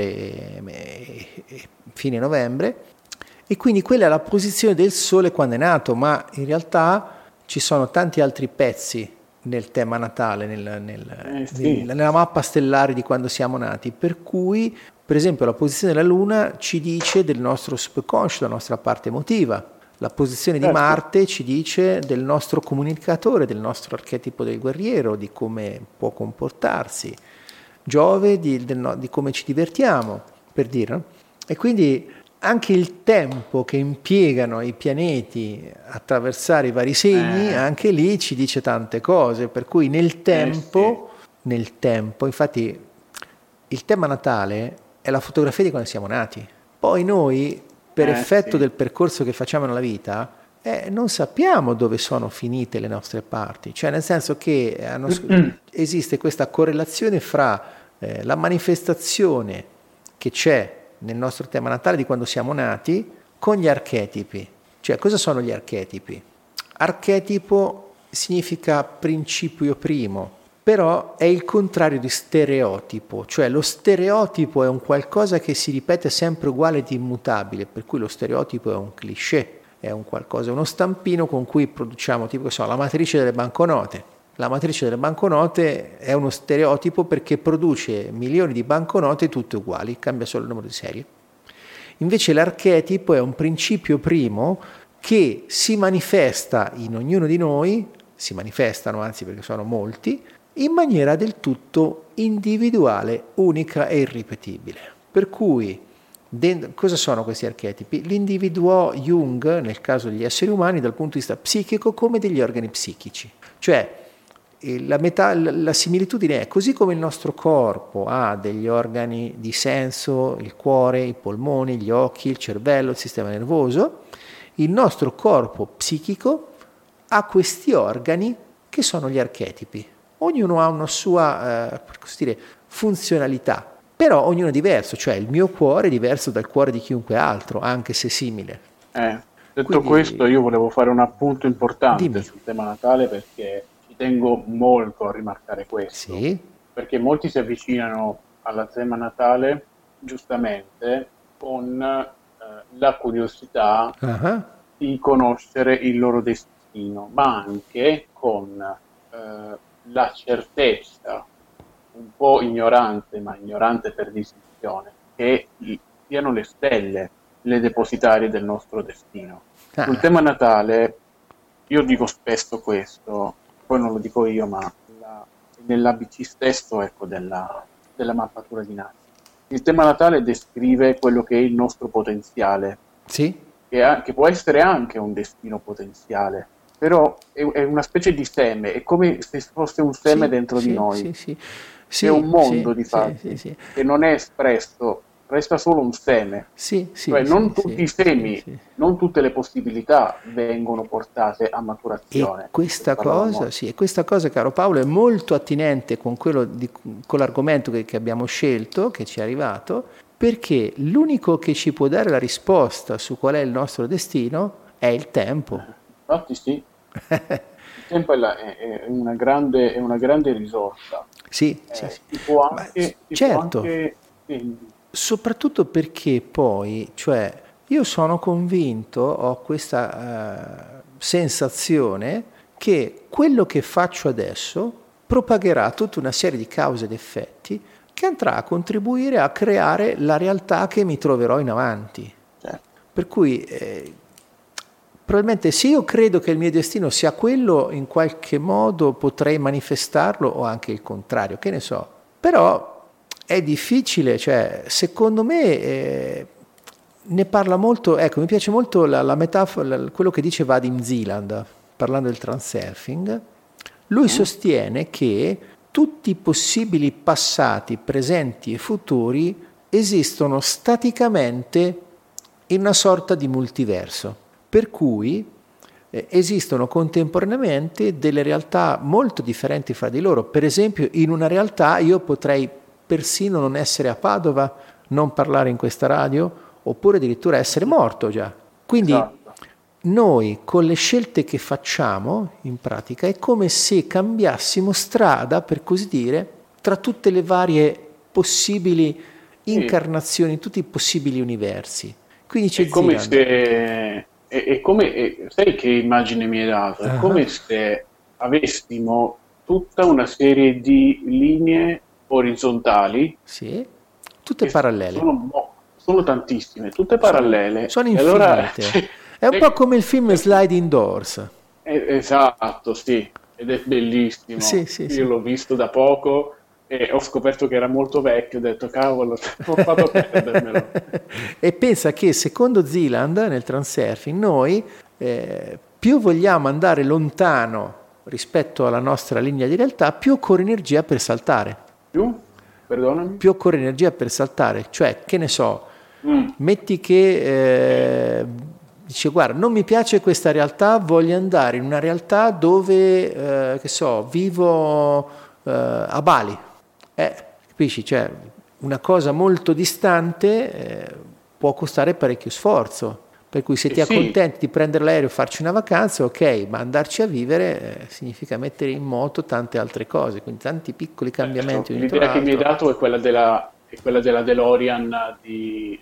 e fine novembre, e quindi quella è la posizione del sole quando è nato, ma in realtà ci sono tanti altri pezzi nel tema natale, Sì, nella mappa stellare di quando siamo nati, per cui per esempio la posizione della Luna ci dice del nostro subconscio, della nostra parte emotiva, la posizione di certo. Marte ci dice del nostro comunicatore, del nostro archetipo del guerriero, di come può comportarsi, Giove di come ci divertiamo, per dire, no? E quindi anche il tempo che impiegano i pianeti a attraversare i vari segni, Eh, anche lì ci dice tante cose, per cui sì. nel tempo, infatti il tema natale è la fotografia di quando siamo nati. Poi noi, per effetto Sì. del percorso che facciamo nella vita, non sappiamo dove sono finite le nostre parti, cioè nel senso che esiste questa correlazione fra la manifestazione che c'è nel nostro tema natale di quando siamo nati con gli archetipi. Cioè, cosa sono gli archetipi? Archetipo significa principio primo, però è il contrario di stereotipo, cioè lo stereotipo è un qualcosa che si ripete sempre uguale ed immutabile, per cui lo stereotipo è un cliché, è un qualcosa, uno stampino con cui produciamo, tipo la matrice delle banconote. La matrice delle banconote è uno stereotipo perché produce milioni di banconote tutte uguali, cambia solo il numero di serie. Invece l'archetipo è un principio primo che si manifesta in ognuno di noi, si manifestano anzi perché sono molti, in maniera del tutto individuale, unica e irripetibile. Per cui, cosa sono questi archetipi? Li individuò Jung, nel caso degli esseri umani, dal punto di vista psichico come degli organi psichici. Cioè, la similitudine è così come il nostro corpo ha degli organi di senso, il cuore, i polmoni, gli occhi, il cervello, il sistema nervoso, il nostro corpo psichico ha questi organi che sono gli archetipi. Ognuno ha una sua funzionalità, però ognuno è diverso, cioè il mio cuore è diverso dal cuore di chiunque altro, anche se simile. Detto questo, Quindi io volevo fare un appunto importante dimmi. sul tema Natale perché ci tengo molto a rimarcare questo, Sì? perché molti si avvicinano alla tema Natale giustamente con la curiosità Uh-huh. di conoscere il loro destino, ma anche con la certezza, un po' ignorante, ma ignorante per distinzione, che siano le stelle le depositarie del nostro destino. Sul Ah, tema Natale, io dico spesso questo, poi non lo dico io, ma nell'ABC stesso, ecco, della mappatura di nascita. Il tema Natale descrive quello che è il nostro potenziale, sì? che può essere anche un destino potenziale, però è una specie di seme, è come se fosse un seme Sì, dentro di sì, noi. sì, sì, È un sì, sì, mondo di sì, sì, fatti sì, che non è espresso, resta solo un seme. sì, Cioè sì, sì, non tutti sì, i sì, semi, sì. non tutte le possibilità vengono portate a maturazione. Questo parlavamo. Sì, e questa cosa, caro Paolo, è molto attinente con con l'argomento che abbiamo scelto, che ci è arrivato, perché l'unico che ci può dare la risposta su qual è il nostro destino è il tempo. Infatti sì, il tempo è una grande risorsa. Sì, sì, sì. Ma Si può certo, anche sì, soprattutto perché poi, cioè, io sono convinto, ho questa sensazione che quello che faccio adesso propagherà tutta una serie di cause ed effetti che andrà a contribuire a creare la realtà che mi troverò in avanti. certo. Per cui probabilmente se io credo che il mio destino sia quello, in qualche modo potrei manifestarlo o anche il contrario, che ne so. Però è difficile, cioè secondo me ne parla molto, ecco, mi piace molto la metafora, quello che dice Vadim Zeland, parlando del transurfing. Lui Mm? sostiene che tutti i possibili passati, presenti e futuri esistono staticamente in una sorta di multiverso, per cui esistono contemporaneamente delle realtà molto differenti fra di loro. Per esempio, in una realtà io potrei persino non essere a Padova, non parlare in questa radio, oppure addirittura essere morto già. Quindi Esatto. noi con le scelte che facciamo, in pratica, è come se cambiassimo strada, per così dire, tra tutte le varie possibili incarnazioni, tutti i possibili universi. Quindi c'è È come Zealand. se, sai che immagine mi hai dato? È Ah, come se avessimo tutta una serie di linee orizzontali sì, tutte che parallele. sono tantissime, tutte Sono, parallele. sono E allora, infinite. È un po' come il film Sliding Doors. esatto, sì, ed è bellissimo. Sì, sì, Io sì. l'ho visto da poco e ho scoperto che era molto vecchio, ho detto, cavolo, ho fatto a perdermelo. E pensa che secondo Zealand nel transurfing noi più vogliamo andare lontano rispetto alla nostra linea di realtà, più occorre energia per saltare. Più? Perdonami? Più occorre energia per saltare. Cioè, che ne so, Mm. metti che dice guarda, non mi piace questa realtà, voglio andare in una realtà dove, che so, vivo a Bali. Capisci? Cioè, una cosa molto distante può costare parecchio sforzo. Per cui se ti Sì, accontenti di prendere l'aereo e farci una vacanza, ok, ma andarci a vivere significa mettere in moto tante altre cose, quindi tanti piccoli certo. cambiamenti un dietro L'idea che mi hai l'altro. dato è quella della DeLorean di,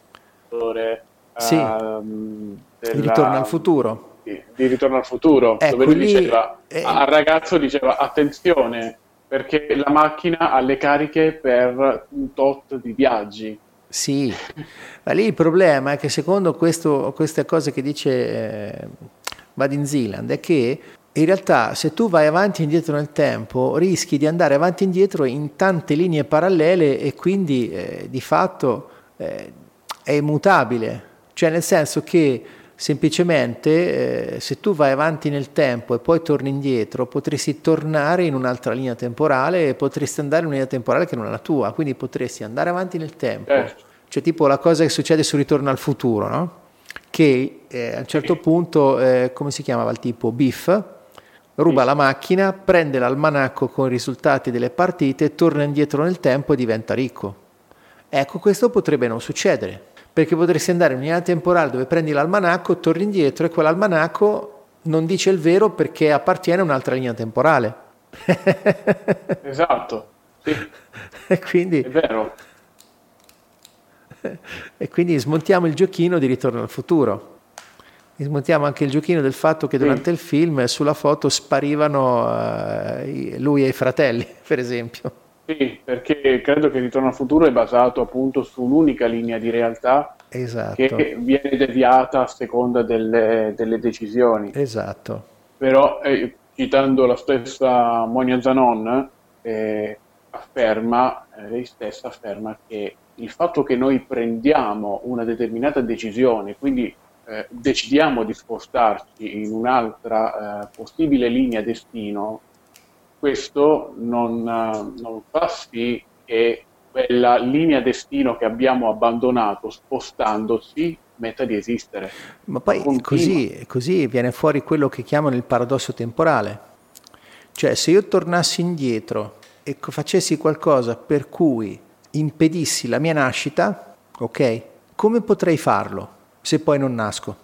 Sì, di ritorno al futuro. di Ritorno al futuro, dove Ecco, lui lì diceva, al ragazzo diceva, attenzione, perché la macchina ha le cariche per un tot di viaggi. sì, ma lì il problema è che secondo queste cose che dice Vadin Zealand è che in realtà se tu vai avanti e indietro nel tempo rischi di andare avanti e indietro in tante linee parallele e quindi di fatto è immutabile, cioè nel senso che semplicemente se tu vai avanti nel tempo e poi torni indietro potresti tornare in un'altra linea temporale e potresti andare in una linea temporale che non è la tua, quindi potresti andare avanti nel tempo, Certo, cioè tipo la cosa che succede su Ritorno al futuro, no? Che a un certo sì, punto, come si chiamava il tipo? Biff, ruba sì. la macchina, prende l'almanacco con i risultati delle partite, torna indietro nel tempo e diventa ricco. Ecco, questo potrebbe non succedere, perché potresti andare in un'unità temporale dove prendi l'almanacco, torni indietro e quell'almanacco non dice il vero perché appartiene a un'altra linea temporale. Esatto, sì, E quindi, è vero. e quindi smontiamo il giochino di Ritorno al futuro. E smontiamo anche il giochino del fatto che Sì. durante il film sulla foto sparivano lui e i fratelli, per esempio. Sì, perché credo che Ritorno al futuro è basato appunto su un'unica linea di realtà Esatto, che viene deviata a seconda delle decisioni. esatto. Però, citando la stessa Monia Zanon, lei stessa afferma che il fatto che noi prendiamo una determinata decisione, quindi decidiamo di spostarci in un'altra possibile linea destino, questo non fa sì che quella linea destino che abbiamo abbandonato spostandosi smetta di esistere, Ma ma poi continua. così viene fuori quello che chiamano il paradosso temporale. Cioè, se io tornassi indietro e facessi qualcosa per cui impedissi la mia nascita, ok? Come potrei farlo se poi non nasco?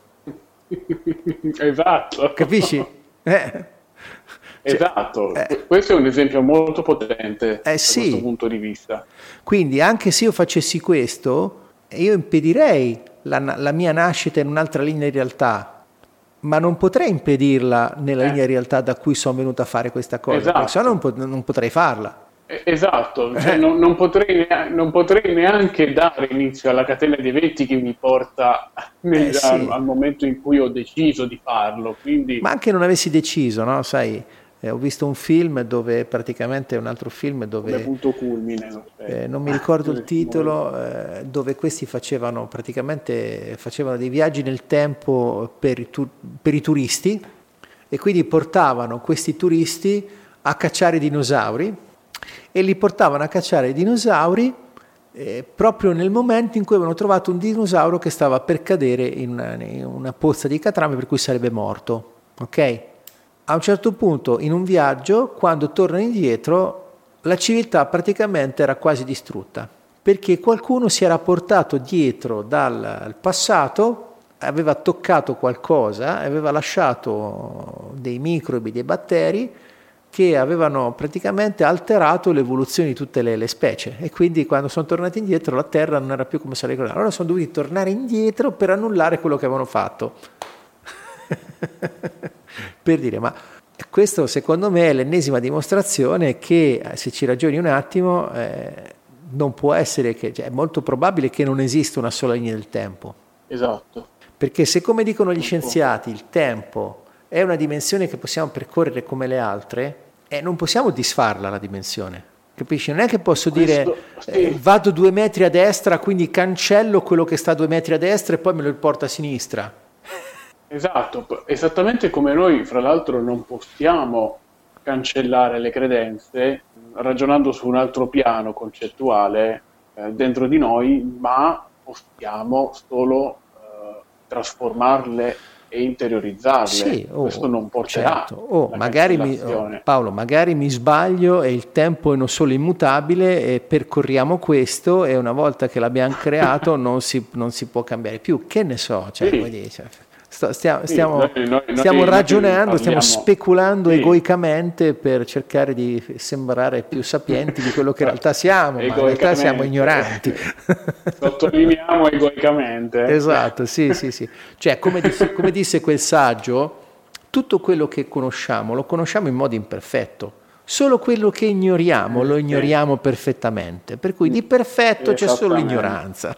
Esatto. Capisci? Cioè, Esatto, questo è un esempio molto potente da questo sì, punto di vista. quindi anche se io facessi questo, io impedirei la mia nascita in un'altra linea di realtà, ma non potrei impedirla nella Eh, linea di realtà da cui sono venuto a fare questa cosa, perché se no esatto, non potrei farla. esatto, cioè non potrei neanche dare inizio alla catena di eventi che mi porta Sì, al momento in cui ho deciso di farlo, quindi ma anche non avessi deciso, no? Sai, ho visto un film dove praticamente un altro film come dove punto culmine, lo non mi ricordo il stesso. titolo, dove questi facevano dei viaggi nel tempo per i turisti e quindi portavano questi turisti a cacciare dinosauri e li portavano a cacciare i dinosauri proprio nel momento in cui avevano trovato un dinosauro che stava per cadere in una pozza di catrame, per cui sarebbe morto. Ok? A un certo punto in un viaggio, quando tornano indietro, la civiltà praticamente era quasi distrutta, perché qualcuno si era portato dietro dal passato, aveva toccato qualcosa, aveva lasciato dei microbi, dei batteri che avevano praticamente alterato l'evoluzione di tutte le specie, e quindi quando sono tornati indietro la Terra non era più come se la ricordavano. Allora sono dovuti tornare indietro per annullare quello che avevano fatto. Per dire, ma questo secondo me è l'ennesima dimostrazione che, se ci ragioni un attimo, non può essere che, cioè, è molto probabile che non esista una sola linea del tempo. Esatto. Perché se, come dicono gli scienziati, il tempo è una dimensione che possiamo percorrere come le altre, non possiamo disfarla la dimensione. Capisci? Non è che posso dire vado 2 metri a destra, quindi cancello quello che sta 2 metri a destra e poi me lo riporto a sinistra. Esatto, esattamente come noi, fra l'altro, non possiamo cancellare le credenze ragionando su un altro piano concettuale dentro di noi, ma possiamo solo trasformarle e interiorizzarle. Sì, questo non porterà certo. Paolo, magari mi sbaglio e il tempo è non solo immutabile e percorriamo questo, e una volta che l'abbiamo creato non si può cambiare più. Che ne so, cioè, sì. vuoi dire, stiamo ragionando, stiamo speculando egoicamente per cercare di sembrare più sapienti di quello che in realtà siamo, ma in realtà siamo ignoranti. Sottolineiamo egoicamente. Esatto, sì. Cioè, come disse quel saggio, tutto quello che conosciamo lo conosciamo in modo imperfetto. Solo quello che ignoriamo lo ignoriamo perfettamente. Per cui di perfetto c'è solo l'ignoranza.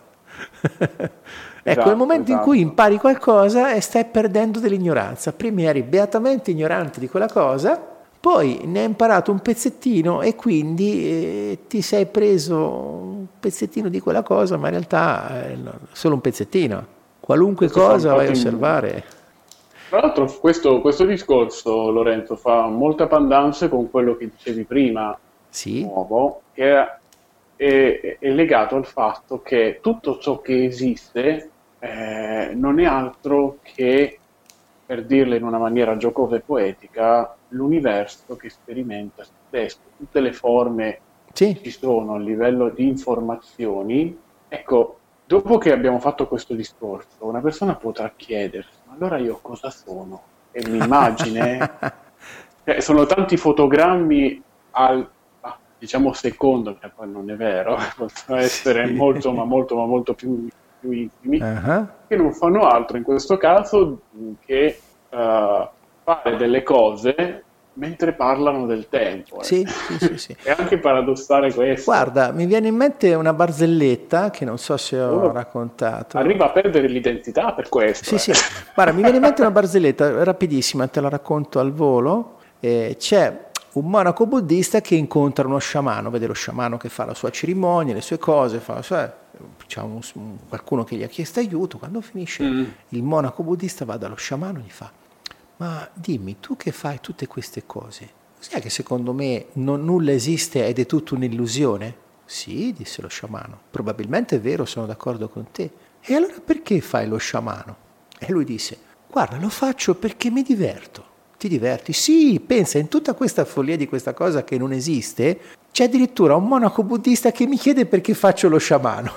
Ecco, nel momento in cui impari qualcosa e stai perdendo dell'ignoranza. Prima eri beatamente ignorante di quella cosa, poi ne hai imparato un pezzettino e quindi ti sei preso un pezzettino di quella cosa, ma in realtà è solo un pezzettino. Qualunque cosa vai a osservare. Tra l'altro questo discorso, Lorenzo, fa molta pandanza con quello che dicevi prima, sì. Nuovo, che è legato al fatto che tutto ciò che esiste non è altro che, per dirlo in una maniera giocosa e poetica, l'universo che sperimenta se stesso. Tutte le forme che ci sono a livello di informazioni. Ecco, dopo che abbiamo fatto questo discorso, una persona potrà chiedersi: ma allora io cosa sono? È un'immagine? Sono tanti fotogrammi al diciamo secondo, che poi non è vero, possono essere molto più intimi, che non fanno altro in questo caso che fare delle cose mentre parlano del tempo. Sì. È anche paradossale questo. Guarda, mi viene in mente una barzelletta che non so se ho raccontato. Arriva a perdere l'identità per questo. Sì. Guarda, mi viene in mente una barzelletta rapidissima, te la racconto al volo. C'è un monaco buddista che incontra uno sciamano, vede lo sciamano che fa la sua cerimonia, le sue cose, c'è qualcuno che gli ha chiesto aiuto. Quando finisce, il monaco buddista va dallo sciamano e gli fa: ma dimmi, tu che fai tutte queste cose, sai che secondo me nulla esiste ed è tutto un'illusione? Sì, disse lo sciamano, probabilmente è vero, sono d'accordo con te. E allora perché fai lo sciamano? E lui disse: guarda, lo faccio perché mi diverto. Ti diverti? Sì, pensa, in tutta questa follia di questa cosa che non esiste, c'è addirittura un monaco buddista che mi chiede perché faccio lo sciamano.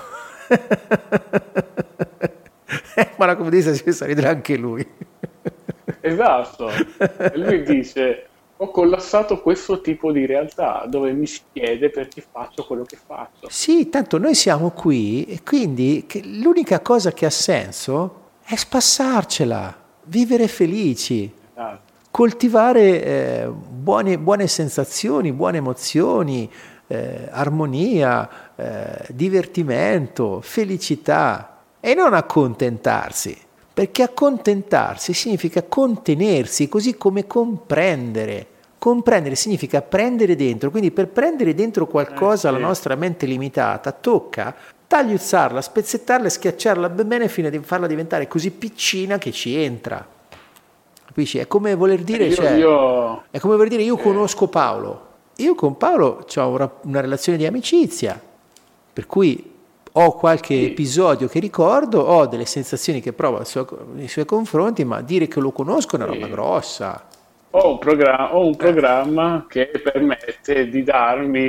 Il monaco buddista si pensa a ridere anche lui. Esatto, e lui dice: ho collassato questo tipo di realtà dove mi si chiede perché faccio quello che faccio. Sì, tanto noi siamo qui e quindi l'unica cosa che ha senso è spassarcela, vivere felici, coltivare buone sensazioni, buone emozioni, armonia, divertimento, felicità, e non accontentarsi. Perché accontentarsi significa contenersi, così come comprendere. Comprendere significa prendere dentro, quindi per prendere dentro qualcosa la nostra mente limitata tocca tagliuzzarla, spezzettarla e schiacciarla ben bene fino a farla diventare così piccina che ci entra. Capisci? È come voler dire, è come voler dire io conosco Paolo. io con Paolo ho una relazione di amicizia, per cui ho qualche episodio che ricordo, ho delle sensazioni che provo nei suoi confronti, ma dire che lo conosco è una roba grossa. Ho un programma che permette di darmi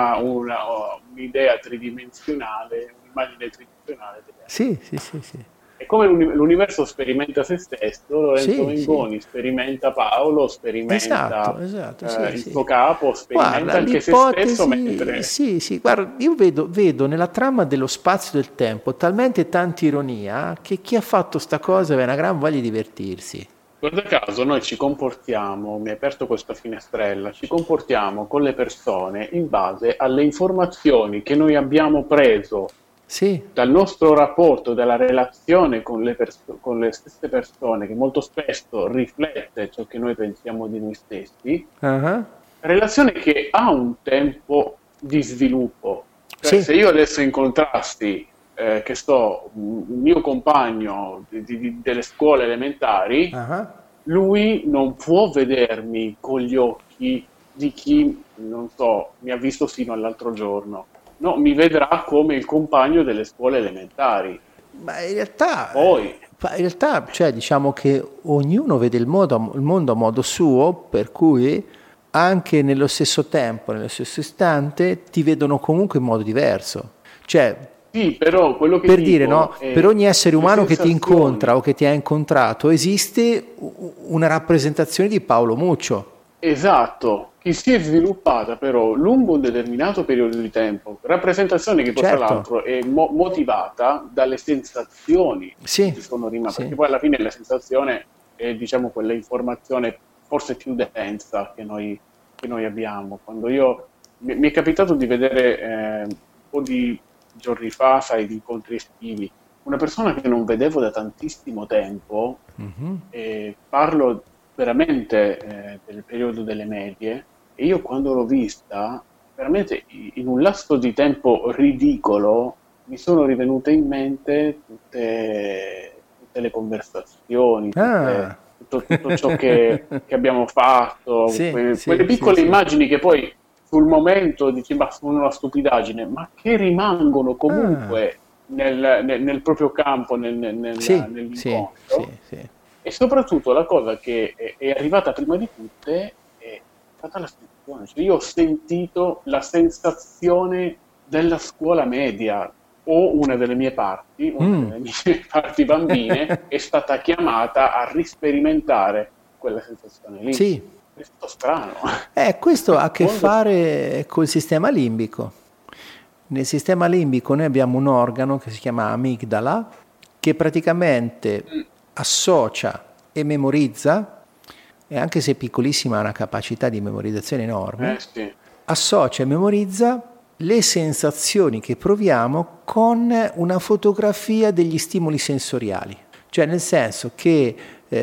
un'idea tridimensionale, un'immagine tridimensionale delle altre. Sì, sì, sì, sì. È come l'universo sperimenta se stesso, Lorenzo Sì, sì. Mengoni sperimenta Paolo, Esatto, sperimenta esatto, sì, il sì. suo capo, Guarda, sperimenta anche se stesso l'ipotesi, mentre... sì, sì, guarda, io vedo nella trama dello spazio e del tempo talmente tanta ironia che chi ha fatto sta cosa aveva una gran voglia di divertirsi. Guarda caso, noi ci comportiamo, mi hai aperto questa finestrella, ci comportiamo con le persone in base alle informazioni che noi abbiamo preso Sì, dal nostro rapporto, dalla relazione con le stesse persone, che molto spesso riflette ciò che noi pensiamo di noi stessi, ah, relazione che ha un tempo di sviluppo. Cioè, sì, se io adesso incontrassi, che sto, un mio compagno delle scuole elementari, ah. lui non può vedermi con gli occhi di chi, non so, mi ha visto fino all'altro giorno. No, mi vedrà come il compagno delle scuole elementari. Ma Poi, in realtà, cioè, diciamo che ognuno vede il mondo a modo suo, per cui anche nello stesso tempo, nello stesso istante, ti vedono comunque in modo diverso. Cioè, sì, però quello che per dire, no, dico per è ogni essere le umano che ti incontra sensazioni. o che ti ha incontrato esiste una rappresentazione di Paolo Muccio. Esatto, che si è sviluppata però lungo un determinato periodo di tempo, rappresentazione che poi tra Certo, l'altro è motivata dalle sensazioni che sì, ci sono rimaste, sì. perché poi alla fine la sensazione è diciamo quella informazione forse più densa che noi abbiamo. Quando mi è capitato di vedere un po' di giorni fa, sai, di incontri estivi, una persona che non vedevo da tantissimo tempo, parlo veramente del periodo delle medie, e io quando l'ho vista, veramente in un lasso di tempo ridicolo, mi sono rivenute in mente tutte le conversazioni, Ah, tutto ciò che abbiamo fatto, sì, quelle sì, sì, piccole sì. immagini che poi sul momento dici, ma sono una stupidaggine, ma che rimangono Ah, comunque nel proprio campo, sì, sì, sì, nell'inconscio. sì. E soprattutto la cosa che è arrivata prima di tutte è stata la sensazione. Cioè io ho sentito la sensazione della scuola media, o una delle mie parti, una Mm. delle mie parti bambine, è stata chiamata a risperimentare quella sensazione lì. Sì, È stato strano. questo ha a che Molto strano. fare col sistema limbico. Nel sistema limbico noi abbiamo un organo che si chiama amigdala che praticamente Mm, associa e memorizza, e anche se piccolissima ha una capacità di memorizzazione enorme, sì. associa e memorizza le sensazioni che proviamo con una fotografia degli stimoli sensoriali. Cioè nel senso che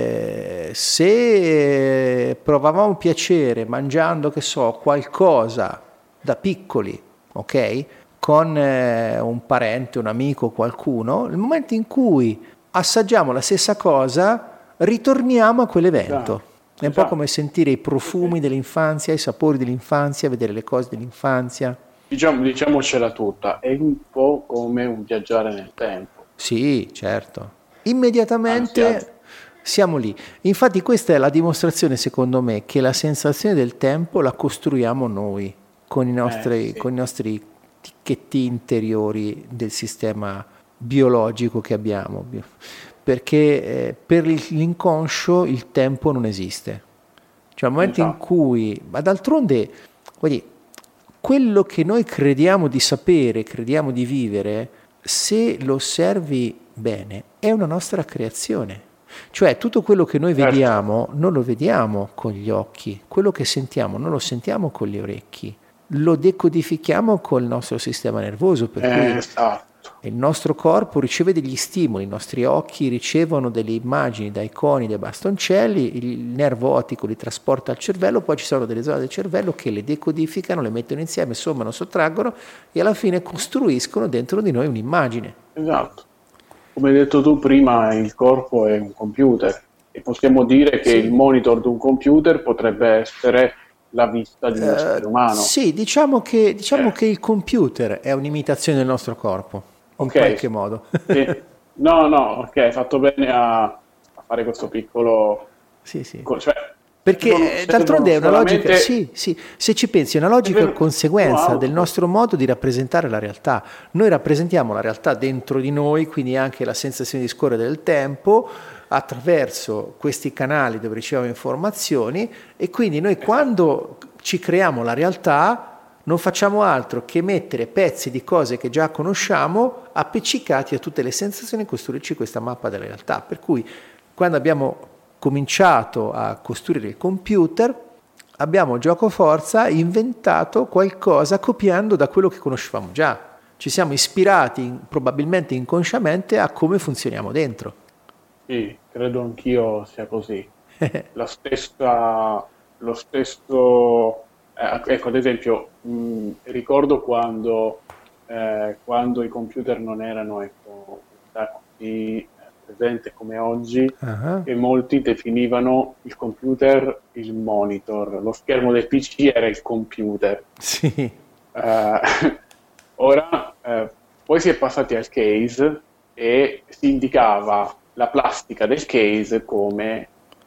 se provavamo piacere mangiando, che so, qualcosa da piccoli, ok? Con un parente, un amico, qualcuno, nel momento in cui assaggiamo la stessa cosa, ritorniamo a quell'evento. Esatto, È un po' come esatto. sentire i Sì, sì. profumi dell'infanzia, i sapori dell'infanzia, vedere le cose dell'infanzia. Diciamocela tutta, è un po' come un viaggiare nel tempo. Sì, certo. Anzi, Immediatamente siamo lì. Infatti questa è la dimostrazione, secondo me, che la sensazione del tempo la costruiamo noi, sì. con i nostri ticchetti interiori del sistema biologico che abbiamo. Perché per l'inconscio il tempo non esiste. Cioè al momento in Esatto. cui, ma d'altronde, voglio dire, quello che noi crediamo di sapere, crediamo di vivere, se lo osservi bene, è una nostra creazione. Cioè tutto quello che noi Certo. vediamo non lo vediamo con gli occhi, quello che sentiamo non lo sentiamo con gli orecchi, lo decodifichiamo col nostro sistema nervoso, per cui Esatto. il nostro corpo riceve degli stimoli, i nostri occhi ricevono delle immagini dai coni, dai bastoncelli, il nervo ottico li trasporta al cervello, poi ci sono delle zone del cervello che le decodificano, le mettono insieme, sommano, sottraggono e alla fine costruiscono dentro di noi un'immagine. Esatto. Come hai detto tu prima, il corpo è un computer e possiamo dire che il Sì, monitor di un computer potrebbe essere la vista di un essere umano. Sì, diciamo che il computer è un'imitazione del nostro corpo, in qualche Ok, modo. sì. No, no, ok, hai fatto bene a fare questo piccolo... Sì, sì. Cioè, Perché servono d'altronde è una logica, solamente... sì, sì, se ci pensi, è una logica Sono conseguenza del output. nostro modo di rappresentare la realtà. Noi rappresentiamo la realtà dentro di noi, quindi anche la sensazione di scorrere del tempo attraverso questi canali dove riceviamo informazioni, e quindi noi Esatto. quando ci creiamo la realtà non facciamo altro che mettere pezzi di cose che già conosciamo appiccicati a tutte le sensazioni e costruirci questa mappa della realtà. Per cui quando abbiamo cominciato a costruire il computer, abbiamo giocoforza inventato qualcosa copiando da quello che conoscevamo già. Ci siamo ispirati, probabilmente inconsciamente, a come funzioniamo dentro. Sì, credo anch'io sia così. La stessa, lo stesso, ecco, ad esempio, ricordo quando i computer non erano, ecco, così presente come oggi, Ah, che molti definivano il computer il monitor, lo schermo del PC era il computer. sì, Eh, ora, poi si è passati al case e si indicava la plastica del case come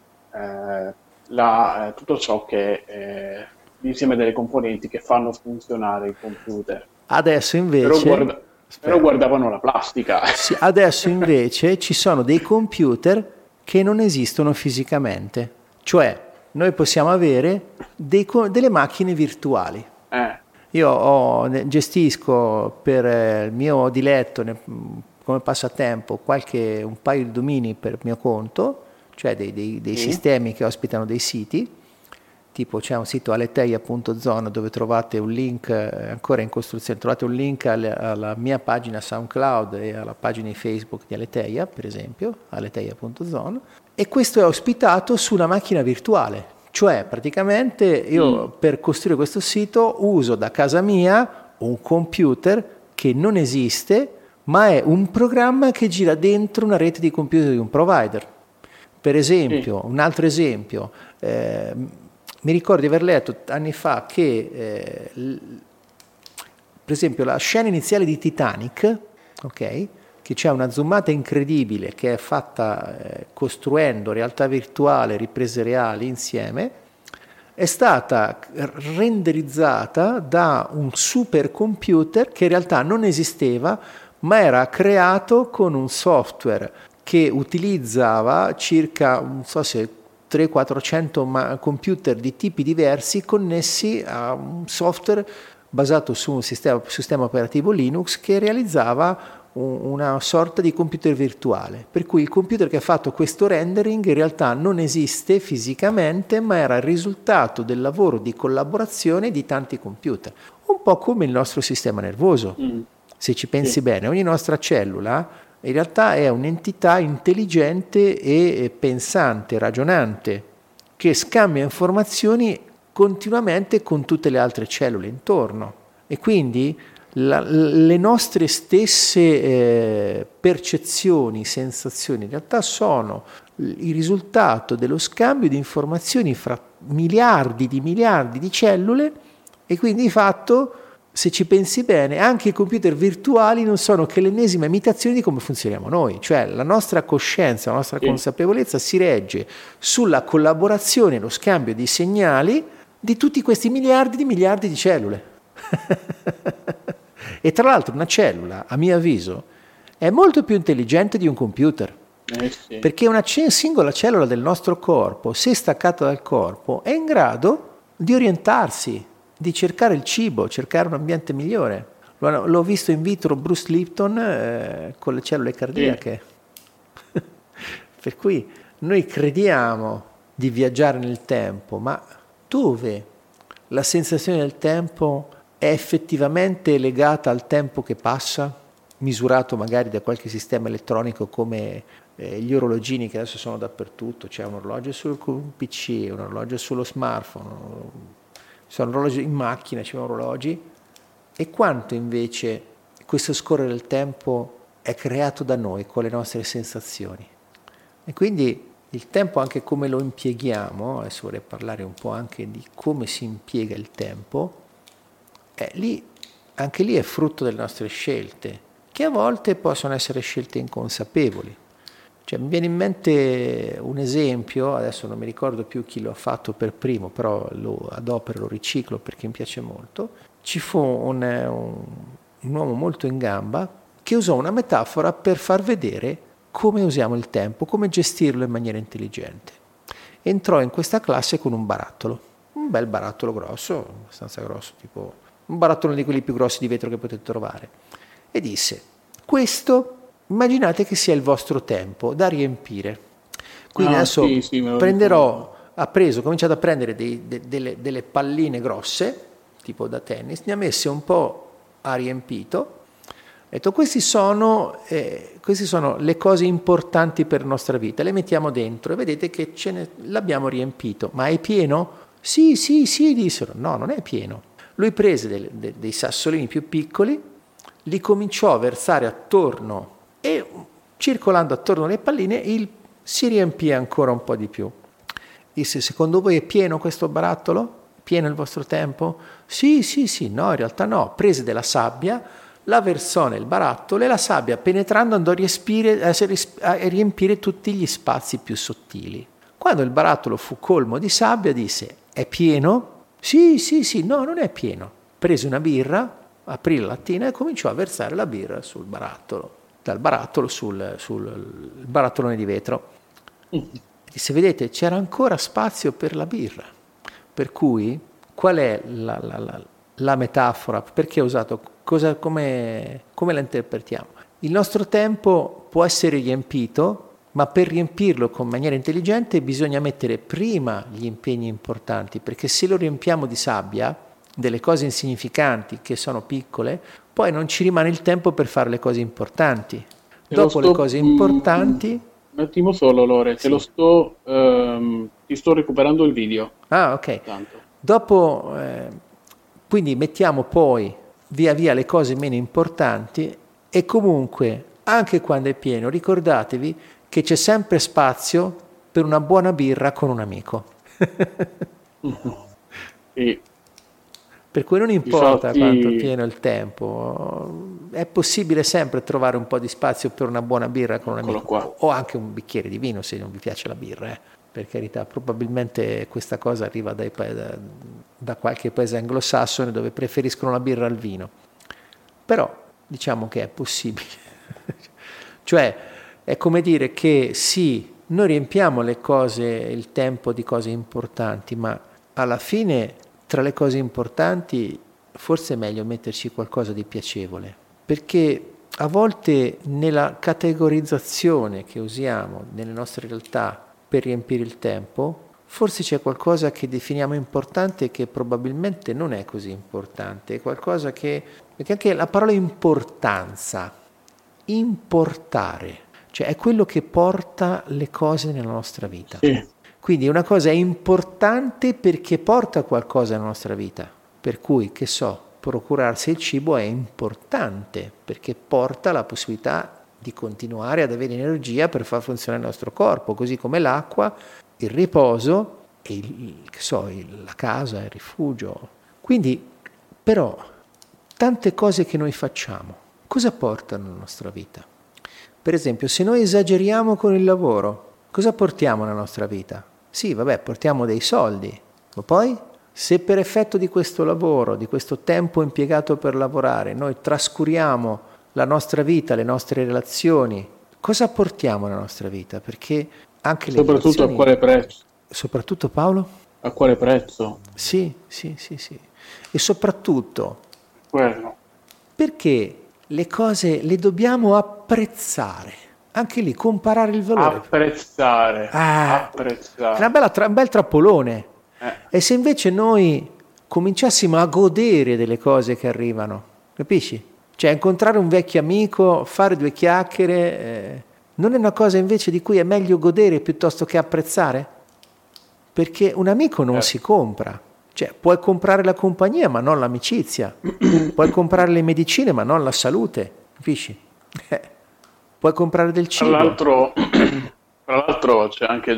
tutto ciò che l'insieme delle componenti che fanno funzionare il computer. adesso Però, invece, però aspetta, guardavano la plastica. sì, adesso invece ci sono dei computer che non esistono fisicamente, cioè noi possiamo avere delle macchine virtuali. Eh, Gestisco per il mio diletto, come passatempo, un paio di domini per mio conto, cioè dei sì, sistemi che ospitano dei siti. Tipo c'è un sito aleteia.zone dove trovate un link, ancora in costruzione, trovate un link alla mia pagina SoundCloud e alla pagina di Facebook di Aleteia, per esempio, aleteia.zone, e questo è ospitato su una macchina virtuale. Cioè praticamente io mm, per costruire questo sito uso da casa mia un computer che non esiste, ma è un programma che gira dentro una rete di computer di un provider. Per sì, esempio, un altro esempio, mi ricordo di aver letto anni fa che, per esempio, la scena iniziale di Titanic, ok, che c'è una zoomata incredibile che è fatta costruendo realtà virtuale, riprese reali insieme, è stata renderizzata da un supercomputer che in realtà non esisteva, ma era creato con un software che utilizzava circa, non so se 300-400 computer di tipi diversi connessi a un software basato su un sistema operativo Linux che realizzava una sorta di computer virtuale, per cui il computer che ha fatto questo rendering in realtà non esiste fisicamente, ma era il risultato del lavoro di collaborazione di tanti computer, un po' come il nostro sistema nervoso. mm, Se ci pensi sì, bene, ogni nostra cellula in realtà è un'entità intelligente e pensante, ragionante, che scambia informazioni continuamente con tutte le altre cellule intorno. E quindi le nostre stesse percezioni, sensazioni, in realtà sono il risultato dello scambio di informazioni fra miliardi di cellule, e quindi di fatto, se ci pensi bene, anche i computer virtuali non sono che l'ennesima imitazione di come funzioniamo noi, cioè la nostra coscienza, la nostra sì, consapevolezza si regge sulla collaborazione e lo scambio di segnali di tutti questi miliardi di cellule. E tra l'altro una cellula, a mio avviso, è molto più intelligente di un computer, sì, perché una singola cellula del nostro corpo, se staccata dal corpo, è in grado di orientarsi, di cercare il cibo, cercare un ambiente migliore. L'ho visto in vitro Bruce Lipton con le cellule sì, cardiache. Per cui noi crediamo di viaggiare nel tempo, ma dove la sensazione del tempo è effettivamente legata al tempo che passa, misurato magari da qualche sistema elettronico come gli orologini che adesso sono dappertutto, c'è un orologio sul PC, un orologio sullo smartphone, ci sono orologi in macchina, ci sono orologi, e quanto invece questo scorrere del tempo è creato da noi con le nostre sensazioni. E quindi il tempo anche come lo impieghiamo, adesso vorrei parlare un po' anche di come si impiega il tempo, anche lì è frutto delle nostre scelte, che a volte possono essere scelte inconsapevoli. Cioè, mi viene in mente un esempio, adesso non mi ricordo più chi lo ha fatto per primo, però lo adopero, lo riciclo perché mi piace molto. Ci fu un uomo molto in gamba che usò una metafora per far vedere come usiamo il tempo, come gestirlo in maniera intelligente. Entrò in questa classe con un barattolo, un bel barattolo grosso, abbastanza grosso, tipo un barattolo di quelli più grossi di vetro che potete trovare, e disse: questo immaginate che sia il vostro tempo da riempire. Quindi adesso ha cominciato a prendere delle palline grosse, tipo da tennis, ne ha messe un po', ha riempito. Ha detto: queste sono le cose importanti per la nostra vita, le mettiamo dentro e vedete che l'abbiamo riempito. Ma è pieno? Sì, dissero. No, non è pieno. Lui prese dei sassolini più piccoli, li cominciò a versare attorno e circolando attorno alle palline si riempì ancora un po' di più. Disse: secondo voi è pieno questo barattolo? Pieno il vostro tempo? Sì, no, in realtà no. Prese della sabbia, la versò nel barattolo e la sabbia, penetrando, andò a riempire tutti gli spazi più sottili. Quando il barattolo fu colmo di sabbia, disse: è pieno? Sì, no, non è pieno. Prese una birra, aprì la lattina e cominciò a versare la birra sul barattolo, dal barattolo sul barattolone di vetro. Disse: vedete, c'era ancora spazio per la birra. Per cui, qual è la metafora? Perché ho usato? Come la interpretiamo? Il nostro tempo può essere riempito, ma per riempirlo con maniera intelligente bisogna mettere prima gli impegni importanti, perché se lo riempiamo di sabbia, delle cose insignificanti che sono piccole, poi non ci rimane il tempo per fare le cose importanti. Dopo le cose importanti... Un attimo solo, Lore, sì. Ti sto recuperando il video. Ah, ok. Dopo, quindi mettiamo poi via via le cose meno importanti e comunque, anche quando è pieno, ricordatevi che c'è sempre spazio per una buona birra con un amico. Sì. Per cui non importa quanto è pieno il tempo, è possibile sempre trovare un po' di spazio per una buona birra con un amico, o anche un bicchiere di vino se non vi piace la birra, per carità. Probabilmente questa cosa arriva da qualche paese anglosassone dove preferiscono la birra al vino, però diciamo che è possibile. Cioè è come dire che sì, noi riempiamo il tempo di cose importanti, ma alla fine tra le cose importanti forse è meglio metterci qualcosa di piacevole, perché a volte nella categorizzazione che usiamo nelle nostre realtà per riempire il tempo, forse c'è qualcosa che definiamo importante che probabilmente non è così importante, è qualcosa perché anche la parola importanza, importare, cioè è quello che porta le cose nella nostra vita. Sì. Quindi una cosa è importante perché porta qualcosa nella nostra vita, per cui, procurarsi il cibo è importante perché porta la possibilità di continuare ad avere energia per far funzionare il nostro corpo, così come l'acqua, il riposo e la casa, il rifugio. Quindi, però, tante cose che noi facciamo, cosa portano nella nostra vita? Per esempio, se noi esageriamo con il lavoro, cosa portiamo nella nostra vita? Sì, portiamo dei soldi, ma poi se per effetto di questo lavoro, di questo tempo impiegato per lavorare, noi trascuriamo la nostra vita, le nostre relazioni, cosa portiamo nella nostra vita? Perché anche le soprattutto relazioni... a quale prezzo? Soprattutto, Paolo? A quale prezzo? Sì. E soprattutto perché le cose le dobbiamo apprezzare. Anche lì, comparare il valore. Apprezzare. È un bel trappolone. E se invece noi cominciassimo a godere delle cose che arrivano, capisci? Cioè, incontrare un vecchio amico, fare due chiacchiere, non è una cosa invece di cui è meglio godere piuttosto che apprezzare? Perché un amico non si compra. Cioè, puoi comprare la compagnia, ma non l'amicizia. Puoi comprare le medicine, ma non la salute. Capisci? Puoi comprare del cibo. Tra l'altro, Tra l'altro c'è anche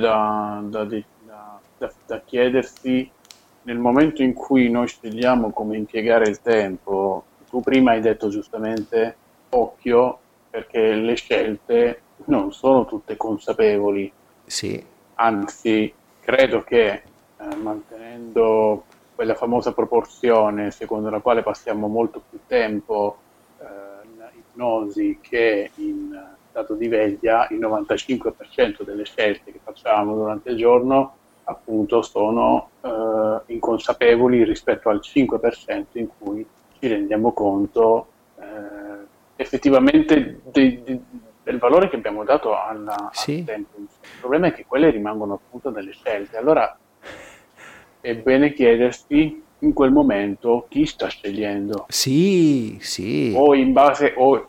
da chiedersi, nel momento in cui noi scegliamo come impiegare il tempo, tu prima hai detto giustamente occhio, perché le scelte non sono tutte consapevoli, Sì, anzi credo che mantenendo quella famosa proporzione secondo la quale passiamo molto più tempo in ipnosi che in stato di veglia, il 95% delle scelte che facciamo durante il giorno appunto sono inconsapevoli rispetto al 5% in cui ci rendiamo conto effettivamente del valore che abbiamo dato al sì, tempo. Il problema è che quelle rimangono appunto delle scelte. Allora è bene chiedersi in quel momento chi sta scegliendo sì, sì, o in base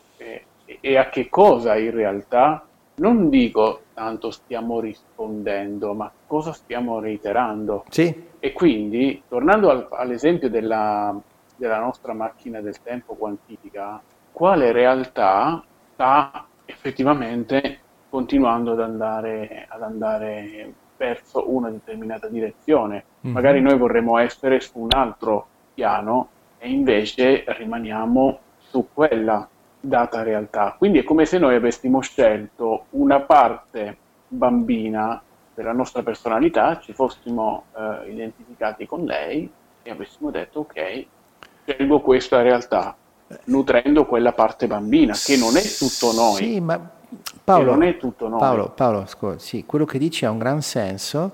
e a che cosa in realtà, non dico tanto stiamo rispondendo, ma cosa stiamo reiterando. sì, E quindi, tornando all'esempio della nostra macchina del tempo quantifica, quale realtà sta effettivamente continuando ad andare verso una determinata direzione? Magari mhm, noi vorremmo essere su un altro piano e invece rimaniamo su quella data realtà. Quindi è come se noi avessimo scelto una parte bambina della nostra personalità, ci fossimo identificati con lei e avessimo detto ok, scelgo questa realtà, nutrendo quella parte bambina, che non è tutto noi, sì, ma che non Paolo, è tutto noi. Paolo, sì, quello che dici ha un gran senso,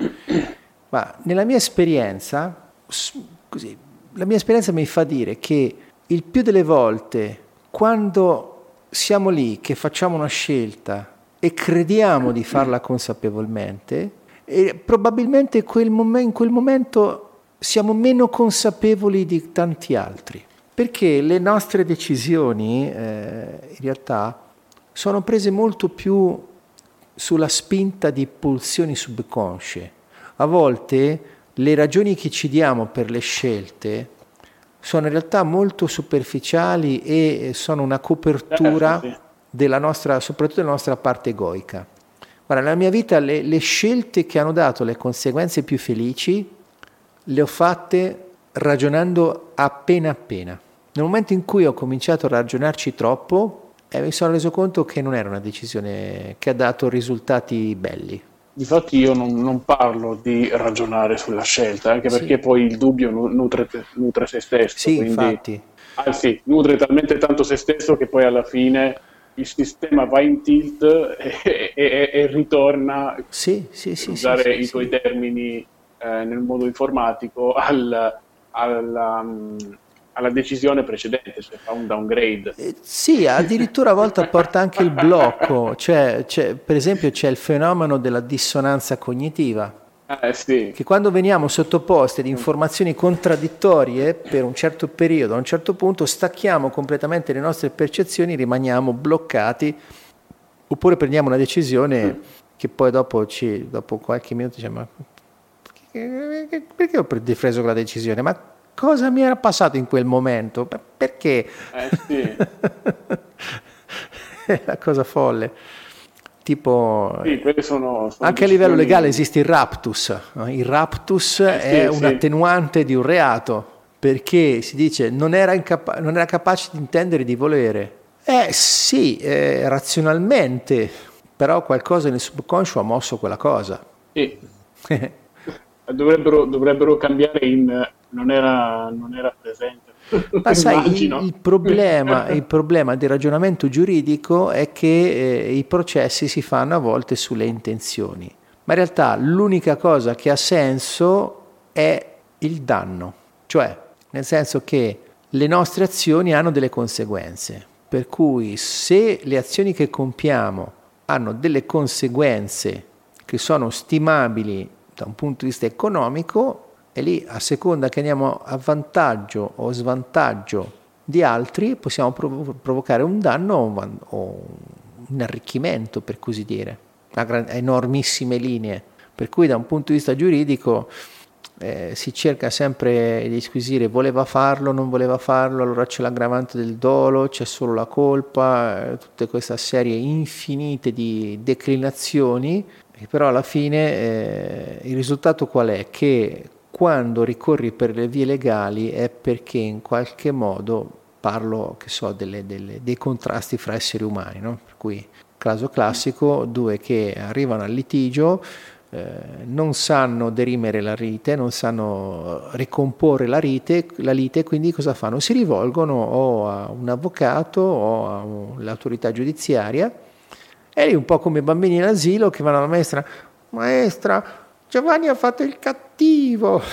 ma nella mia esperienza, così, la mia esperienza mi fa dire che il più delle volte, quando siamo lì, che facciamo una scelta e crediamo di farla consapevolmente, e probabilmente in quel momento siamo meno consapevoli di tanti altri, perché le nostre decisioni in realtà sono prese molto più sulla spinta di pulsioni subconsce. A volte le ragioni che ci diamo per le scelte sono in realtà molto superficiali e sono una Certo, copertura sì. della nostra, soprattutto della nostra parte egoica. Guarda, nella mia vita le scelte che hanno dato le conseguenze più felici le ho fatte ragionando appena appena. Nel momento in cui ho cominciato a ragionarci troppo, mi sono reso conto che non era una decisione che ha dato risultati belli. Difatti io non parlo di ragionare sulla scelta, anche Sì, perché poi il dubbio nutre se stesso, sì, quindi infatti. anzi nutre talmente tanto se stesso che poi alla fine il sistema va in tilt e ritorna, Sì, sì, per sì, sì, usare sì, i tuoi sì. termini nel modo informatico, alla, alla decisione precedente, cioè fa un downgrade. Sì, addirittura a volte porta anche il blocco, cioè, per esempio c'è il fenomeno della dissonanza cognitiva, Sì. che quando veniamo sottoposti ad informazioni contraddittorie per un certo periodo, a un certo punto stacchiamo completamente le nostre percezioni, rimaniamo bloccati, oppure prendiamo una decisione che poi dopo qualche minuto diciamo, ma perché ho preso quella decisione? Ma cosa mi era passato in quel momento? Perché? Sì. È una cosa folle. Tipo, Sì, quelle sono anche a livello legale decisioni. esiste il raptus. No? Il raptus è Sì, un sì. attenuante di un reato, perché si dice non era capace di intendere e di volere. Sì, razionalmente, però qualcosa nel subconscio ha mosso quella cosa. Sì. Dovrebbero cambiare in non era presente, Ma sai, immagino. il problema del ragionamento giuridico è che i processi si fanno a volte sulle intenzioni, ma in realtà l'unica cosa che ha senso è il danno, cioè nel senso che le nostre azioni hanno delle conseguenze, per cui se le azioni che compiamo hanno delle conseguenze che sono stimabili da un punto di vista economico, e lì a seconda che andiamo a vantaggio o svantaggio di altri possiamo provocare un danno o un arricchimento, per così dire, a enormissime linee. Per cui da un punto di vista giuridico si cerca sempre di squisire voleva farlo, non voleva farlo, allora c'è l'aggravante del dolo, c'è solo la colpa, tutte questa serie infinite di declinazioni E però alla fine il risultato qual è? Che quando ricorri per le vie legali è perché in qualche modo, parlo che so, dei contrasti fra esseri umani, no? Per cui caso classico, due che arrivano al litigio, non sanno derimere la lite, non sanno ricomporre la lite, quindi cosa fanno? Si rivolgono o a un avvocato o all'autorità giudiziaria, e lì un po' come i bambini in asilo che vanno alla maestra: maestra, Giovanni ha fatto il cattivo.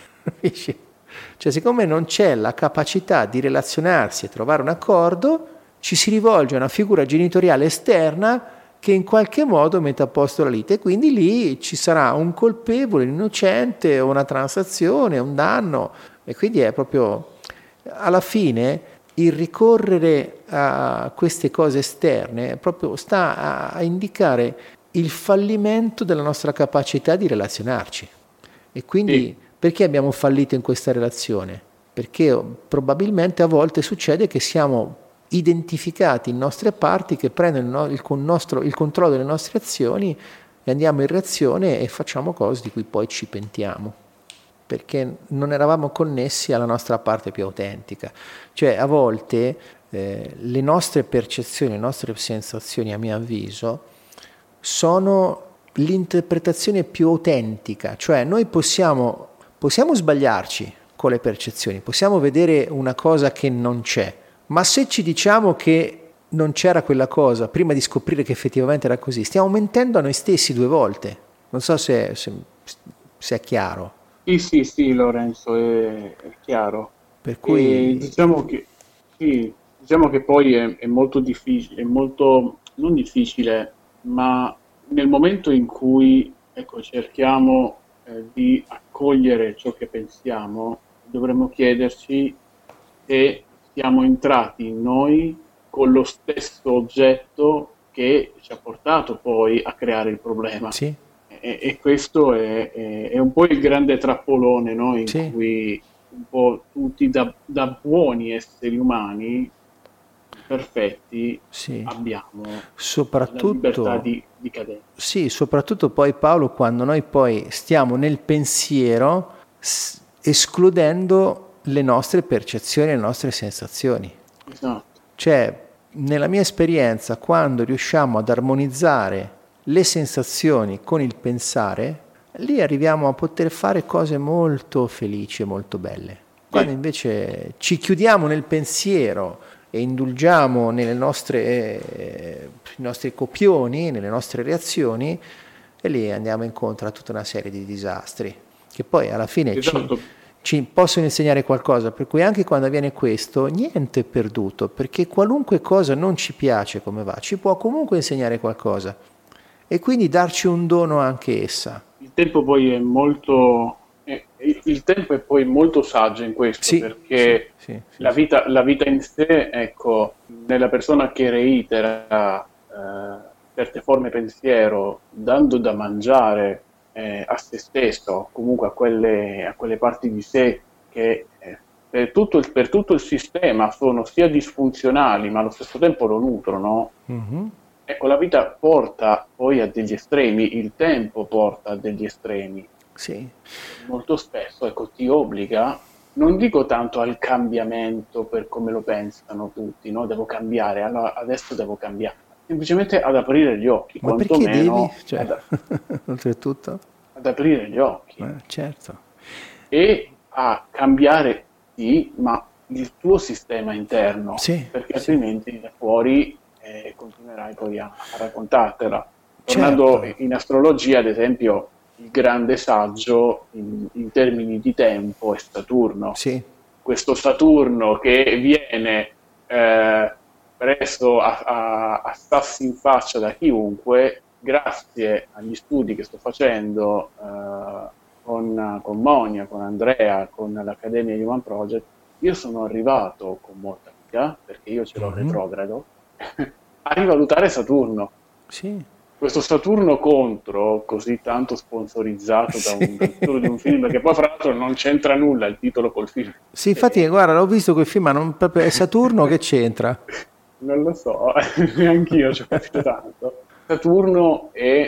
Cioè, siccome non c'è la capacità di relazionarsi e trovare un accordo, ci si rivolge a una figura genitoriale esterna che in qualche modo mette a posto la lite, e quindi lì ci sarà un colpevole, un innocente, o una transazione, un danno, e quindi è proprio, alla fine, il ricorrere a queste cose esterne proprio sta a indicare il fallimento della nostra capacità di relazionarci. E quindi perché abbiamo fallito in questa relazione? Perché probabilmente a volte succede che siamo identificati in nostre parti che prendono il controllo delle nostre azioni, e andiamo in reazione e facciamo cose di cui poi ci pentiamo, perché non eravamo connessi alla nostra parte più autentica. Cioè, a volte le nostre percezioni, le nostre sensazioni, a mio avviso, sono l'interpretazione più autentica. Cioè, noi possiamo sbagliarci con le percezioni, possiamo vedere una cosa che non c'è, ma se ci diciamo che non c'era quella cosa prima di scoprire che effettivamente era così, stiamo mentendo a noi stessi due volte. Non so se è chiaro. Sì, Lorenzo, è chiaro. Per E cui diciamo che, sì, diciamo che poi è molto difficile, è molto, non difficile, ma nel momento in cui, ecco, cerchiamo di accogliere ciò che pensiamo, dovremmo chiederci se siamo entrati in noi con lo stesso oggetto che ci ha portato poi a creare il problema. sì, E questo è un po' il grande trappolone, no? In sì, cui un po' tutti da buoni esseri umani perfetti sì. abbiamo la libertà Soprattutto, di cadere. sì, soprattutto poi Paolo, quando noi poi stiamo nel pensiero escludendo le nostre percezioni e le nostre sensazioni. Esatto. Cioè, nella mia esperienza, quando riusciamo ad armonizzare le sensazioni con il pensare, lì arriviamo a poter fare cose molto felici e molto belle. Quando Sì, invece ci chiudiamo nel pensiero e indulgiamo nei nostri copioni, nelle nostre reazioni, e lì andiamo incontro a tutta una serie di disastri, che poi alla fine esatto. ci possono insegnare qualcosa, per cui anche quando avviene questo, niente è perduto, perché qualunque cosa non ci piace come va, ci può comunque insegnare qualcosa, e quindi darci un dono anche essa. Il tempo poi è molto, il tempo è poi molto saggio in questo, Sì, sì, perché sì, sì, sì. la vita in sé, ecco, nella persona che reitera certe forme pensiero, dando da mangiare a se stesso, comunque a quelle parti di sé che per tutto il sistema sono sia disfunzionali, ma allo stesso tempo lo nutrono. Mhm. Ecco, la vita porta poi a degli estremi, il tempo porta a degli estremi. Sì, Molto spesso, ecco, ti obbliga, non dico tanto al cambiamento per come lo pensano tutti, no? Devo cambiare, allora adesso devo cambiare, semplicemente ad aprire gli occhi, ma perché devi? quantomeno Cioè, oltretutto? ad aprire gli occhi Certo. e a cambiare, sì, ma il tuo sistema interno, Sì, perché sì, altrimenti da fuori continuerai poi a raccontartela. Tornando certo, in astrologia, ad esempio, il grande saggio in termini di tempo è Saturno. sì, Questo Saturno che viene preso a sassi in faccia da chiunque, grazie agli studi che sto facendo con Monia, con Andrea, con l'Accademia Human Project, io sono arrivato con molta fatica, perché io ce l'ho mhm, retrogrado, a rivalutare Saturno. sì, Questo Saturno contro, così tanto sponsorizzato dal sì. titolo di un film, che poi fra l'altro non c'entra nulla il titolo col film. Sì, infatti, Eh, guarda, l'ho visto quel film, ma non, proprio, è Saturno che c'entra? Non lo so, neanch'io ci ho capito tanto. Saturno è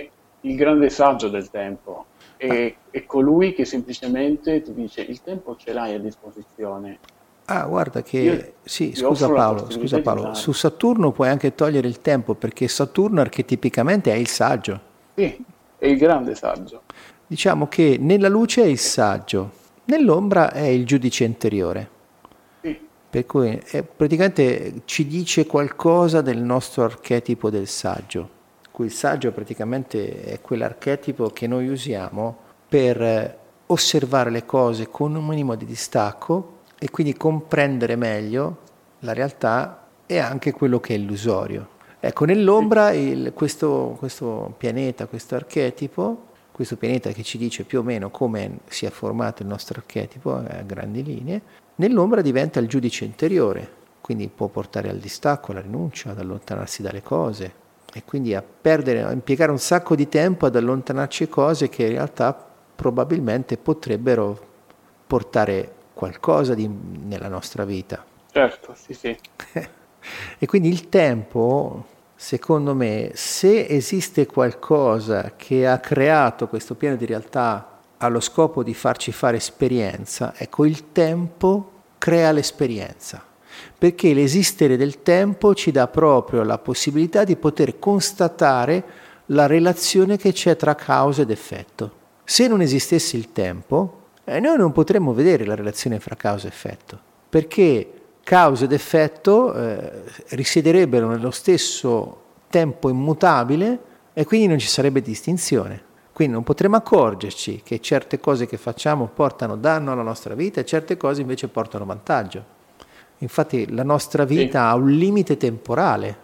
il grande saggio del tempo, è colui che semplicemente ti dice il tempo ce l'hai a disposizione. Ah, guarda Io che sì, ti offro la Scusa possibilità di Paolo, su usarlo. Saturno puoi anche togliere il tempo perché Saturno archetipicamente è il saggio. Sì, è il grande saggio. Diciamo che nella luce è il saggio, nell'ombra è il giudice interiore, Sì, per cui praticamente ci dice qualcosa del nostro archetipo del saggio. Cui il saggio praticamente è quell'archetipo che noi usiamo per osservare le cose con un minimo di distacco e quindi comprendere meglio la realtà e anche quello che è illusorio. Ecco, sì, nell'ombra questo pianeta, questo pianeta che ci dice più o meno come si è formato il nostro archetipo a grandi linee, nell'ombra diventa il giudice interiore, quindi può portare al distacco, alla rinuncia, ad allontanarsi dalle cose e quindi a impiegare un sacco di tempo ad allontanarci cose che in realtà probabilmente potrebbero portare qualcosa nella nostra vita. certo, sì, sì. E quindi il tempo, secondo me, se esiste qualcosa che ha creato questo piano di realtà allo scopo di farci fare esperienza, ecco, il tempo crea l'esperienza, perché l'esistere del tempo ci dà proprio la possibilità di poter constatare la relazione che c'è tra causa ed effetto. Se non esistesse il tempo, noi non potremmo vedere la relazione fra causa e effetto, perché causa ed effetto risiederebbero nello stesso tempo immutabile e quindi non ci sarebbe distinzione. Quindi non potremo accorgerci che certe cose che facciamo portano danno alla nostra vita e certe cose invece portano vantaggio. Infatti la nostra Sì, vita ha un limite temporale,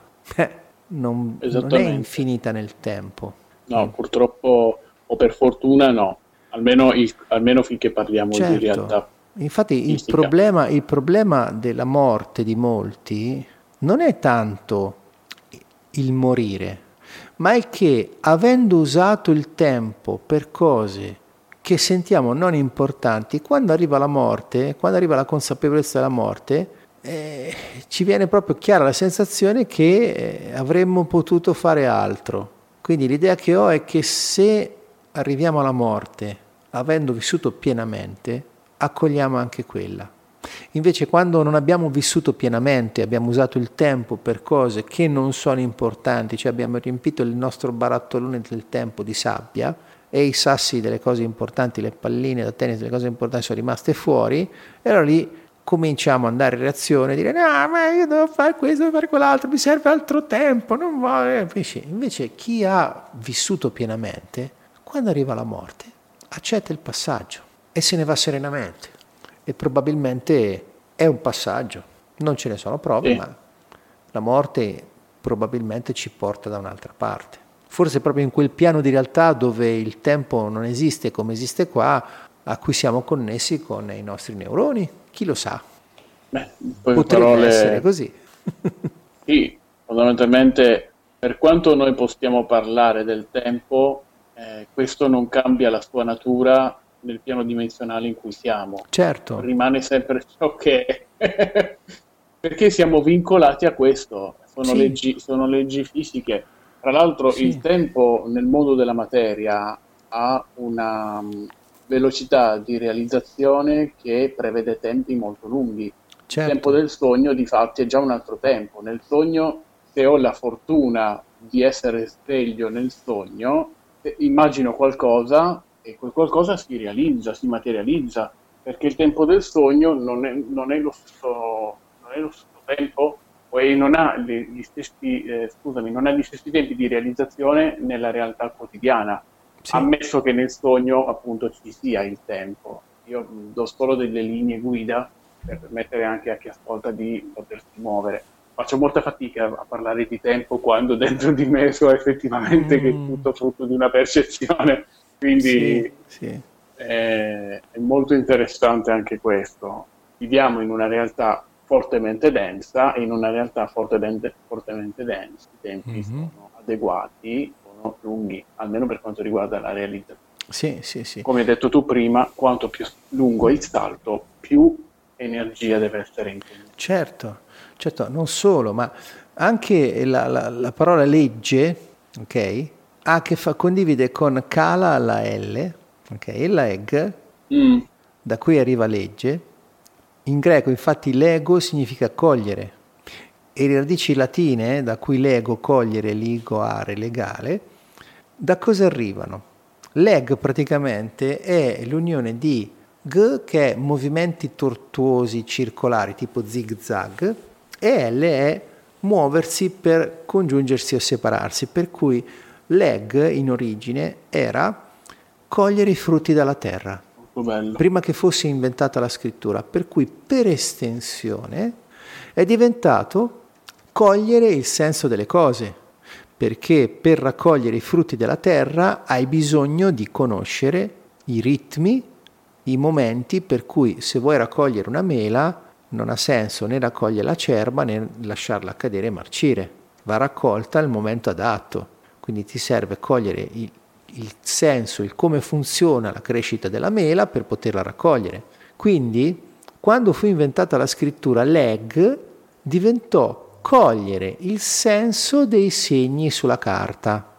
non è esattamente. infinita nel tempo. No, purtroppo, o per fortuna no, almeno finché parliamo di Certo, realtà infatti fisica. il problema della morte di molti non è tanto il morire, ma è che avendo usato il tempo per cose che sentiamo non importanti, quando arriva la morte, quando arriva la consapevolezza della morte, ci viene proprio chiara la sensazione che avremmo potuto fare altro. Quindi l'idea che ho è che se arriviamo alla morte avendo vissuto pienamente, accogliamo anche quella. Invece quando non abbiamo vissuto pienamente, abbiamo usato il tempo per cose che non sono importanti, cioè abbiamo riempito il nostro barattolone del tempo di sabbia e i sassi delle cose importanti, le palline da tennis delle cose importanti sono rimaste fuori, e allora lì cominciamo ad andare in reazione e dire no, ma io devo fare questo, devo fare quell'altro, mi serve altro tempo, non voglio. Invece chi ha vissuto pienamente, quando arriva la morte, accetta il passaggio e se ne va serenamente. E probabilmente è un passaggio, non ce ne sono prove, Sì, ma la morte probabilmente ci porta da un'altra parte. Forse proprio in quel piano di realtà dove il tempo non esiste come esiste qua, a cui siamo connessi con i nostri neuroni, chi lo sa, beh, in poche potrebbe essere parole, così. sì, fondamentalmente per quanto noi possiamo parlare del tempo, questo non cambia la sua natura nel piano dimensionale in cui siamo, Certo, rimane sempre ciò che è, perché siamo vincolati a questo, sì, sono leggi fisiche. Tra l'altro il sì, tempo nel mondo della materia ha una velocità di realizzazione che prevede tempi molto lunghi. Il tempo certo, del sogno, di fatti, è già un altro tempo. Nel sogno, se ho la fortuna di essere sveglio nel sogno, immagino qualcosa e quel qualcosa si realizza, si materializza, perché il tempo del sogno non è non è lo stesso tempo e non ha gli stessi, scusami, non ha gli stessi tempi di realizzazione nella realtà quotidiana, sì, ammesso che nel sogno appunto ci sia il tempo. Io do solo delle linee guida per permettere anche a chi ascolta di potersi muovere. Faccio molta fatica a parlare di tempo quando dentro di me so effettivamente che è mm, tutto frutto di una percezione, sì, quindi sì, è molto interessante anche questo. Viviamo in una realtà fortemente densa e in una realtà fortemente densa i tempi sono adeguati, sono lunghi, almeno per quanto riguarda la realizzazione. sì, sì, sì. Come hai detto tu prima, quanto più lungo è il salto, più energia deve essere impegnata. Certo, certo, non solo, ma anche la parola legge, ok, condivide con Kala la L, ok, e la Eg, da cui arriva legge. In greco infatti lego significa cogliere, e le radici latine, da cui lego, cogliere, ligo, are, legale, da cosa arrivano? Leg praticamente è l'unione di G, che è movimenti tortuosi circolari tipo zig zag, e L è muoversi per congiungersi o separarsi, per cui leg in origine era cogliere i frutti dalla terra, prima che fosse inventata la scrittura, per cui per estensione è diventato cogliere il senso delle cose, perché per raccogliere i frutti della terra hai bisogno di conoscere i ritmi, i momenti, per cui se vuoi raccogliere una mela non ha senso né raccogliere la cerba né lasciarla cadere e marcire, va raccolta al momento adatto, quindi ti serve cogliere il senso, il come funziona la crescita della mela per poterla raccogliere. Quindi quando fu inventata la scrittura, leg diventò cogliere il senso dei segni sulla carta.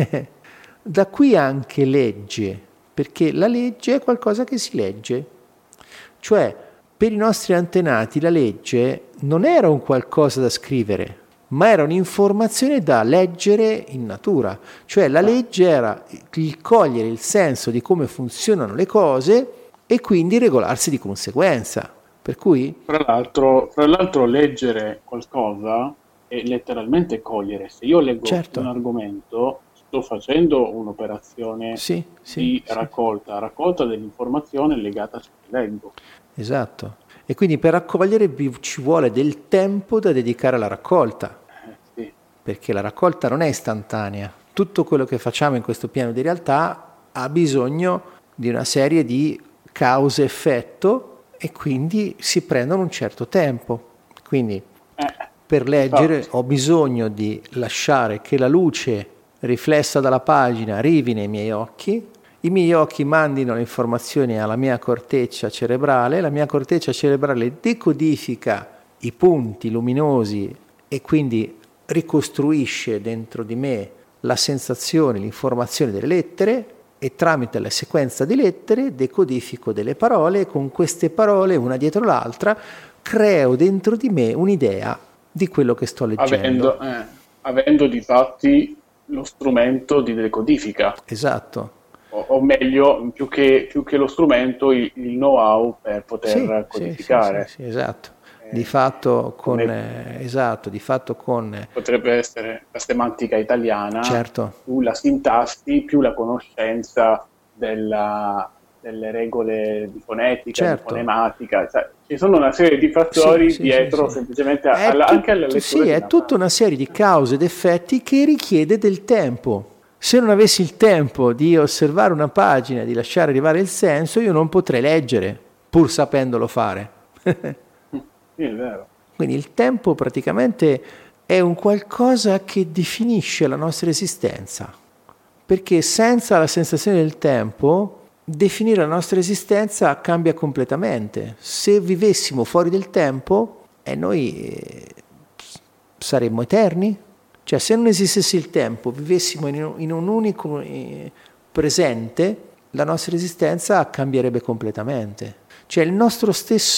Da qui anche legge, perché la legge è qualcosa che si legge. Cioè, per i nostri antenati la legge non era un qualcosa da scrivere, ma era un'informazione da leggere in natura. Cioè la legge era il cogliere il senso di come funzionano le cose e quindi regolarsi di conseguenza. Per cui? Fra l'altro leggere qualcosa è letteralmente cogliere. Se io leggo un argomento, sto facendo un'operazione di raccolta dell'informazione legata a ciò che leggo. Esatto. E quindi per raccogliere ci vuole del tempo da dedicare alla raccolta. Sì. Perché la raccolta non è istantanea. Tutto quello che facciamo in questo piano di realtà ha bisogno di una serie di causa-effetto e quindi si prendono un certo tempo. Quindi per leggere ho bisogno di lasciare che la luce riflessa dalla pagina arrivi nei miei occhi, i miei occhi mandino le informazioni alla mia corteccia cerebrale, la mia corteccia cerebrale decodifica i punti luminosi e quindi ricostruisce dentro di me la sensazione, l'informazione delle lettere, e tramite la sequenza di lettere decodifico delle parole e con queste parole, una dietro l'altra, creo dentro di me un'idea di quello che sto leggendo. Avendo di fatti lo strumento di decodifica. Esatto. O meglio, più che lo strumento, il know-how per poter codificare. Sì, esatto. Di fatto con potrebbe essere la semantica italiana, certo, più la sintassi, più la conoscenza delle regole di fonetica, certo, di fonematica, cioè, ci sono una serie di fattori dietro semplicemente anche alla lettura. Sì, è tutta una serie di cause ed effetti che richiede del tempo. Se non avessi il tempo di osservare una pagina e di lasciare arrivare il senso, io non potrei leggere, pur sapendolo fare. Sì, è vero. Quindi il tempo praticamente è un qualcosa che definisce la nostra esistenza, perché senza la sensazione del tempo definire la nostra esistenza cambia completamente. Se vivessimo fuori del tempo, noi saremmo eterni. Cioè, se non esistesse il tempo, vivessimo in un unico presente, la nostra esistenza cambierebbe completamente. Cioè la nostra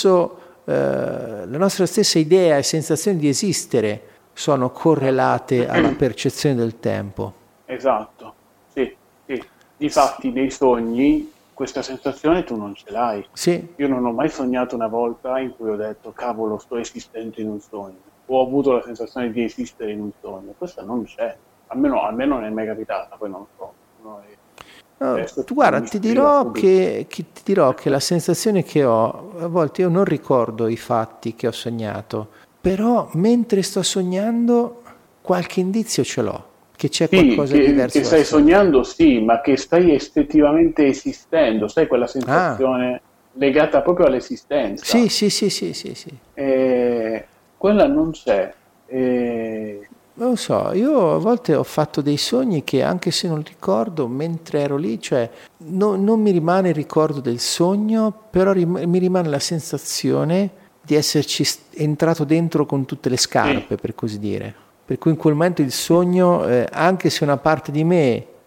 stessa idea e sensazione di esistere sono correlate alla percezione del tempo. Esatto, sì. Difatti nei sogni questa sensazione tu non ce l'hai. Sì. Io non ho mai sognato una volta in cui ho detto cavolo, sto esistendo in un sogno. Ho avuto la sensazione di esistere in un sogno. Questa non c'è. Almeno non è mai capitata, poi non so. Guarda, ti dirò che la sensazione che ho, a volte io non ricordo i fatti che ho sognato, però mentre sto sognando qualche indizio ce l'ho, che c'è qualcosa di diverso. Che stai sognando, sì, ma che stai esteticamente esistendo, sai quella sensazione legata proprio all'esistenza. Sì. Quella non c'è. Non lo so, io a volte ho fatto dei sogni che anche se non ricordo, mentre ero lì, cioè non mi rimane il ricordo del sogno, però mi rimane la sensazione di esserci entrato dentro con tutte le scarpe, per così dire. Per cui in quel momento il sogno, anche se una parte di me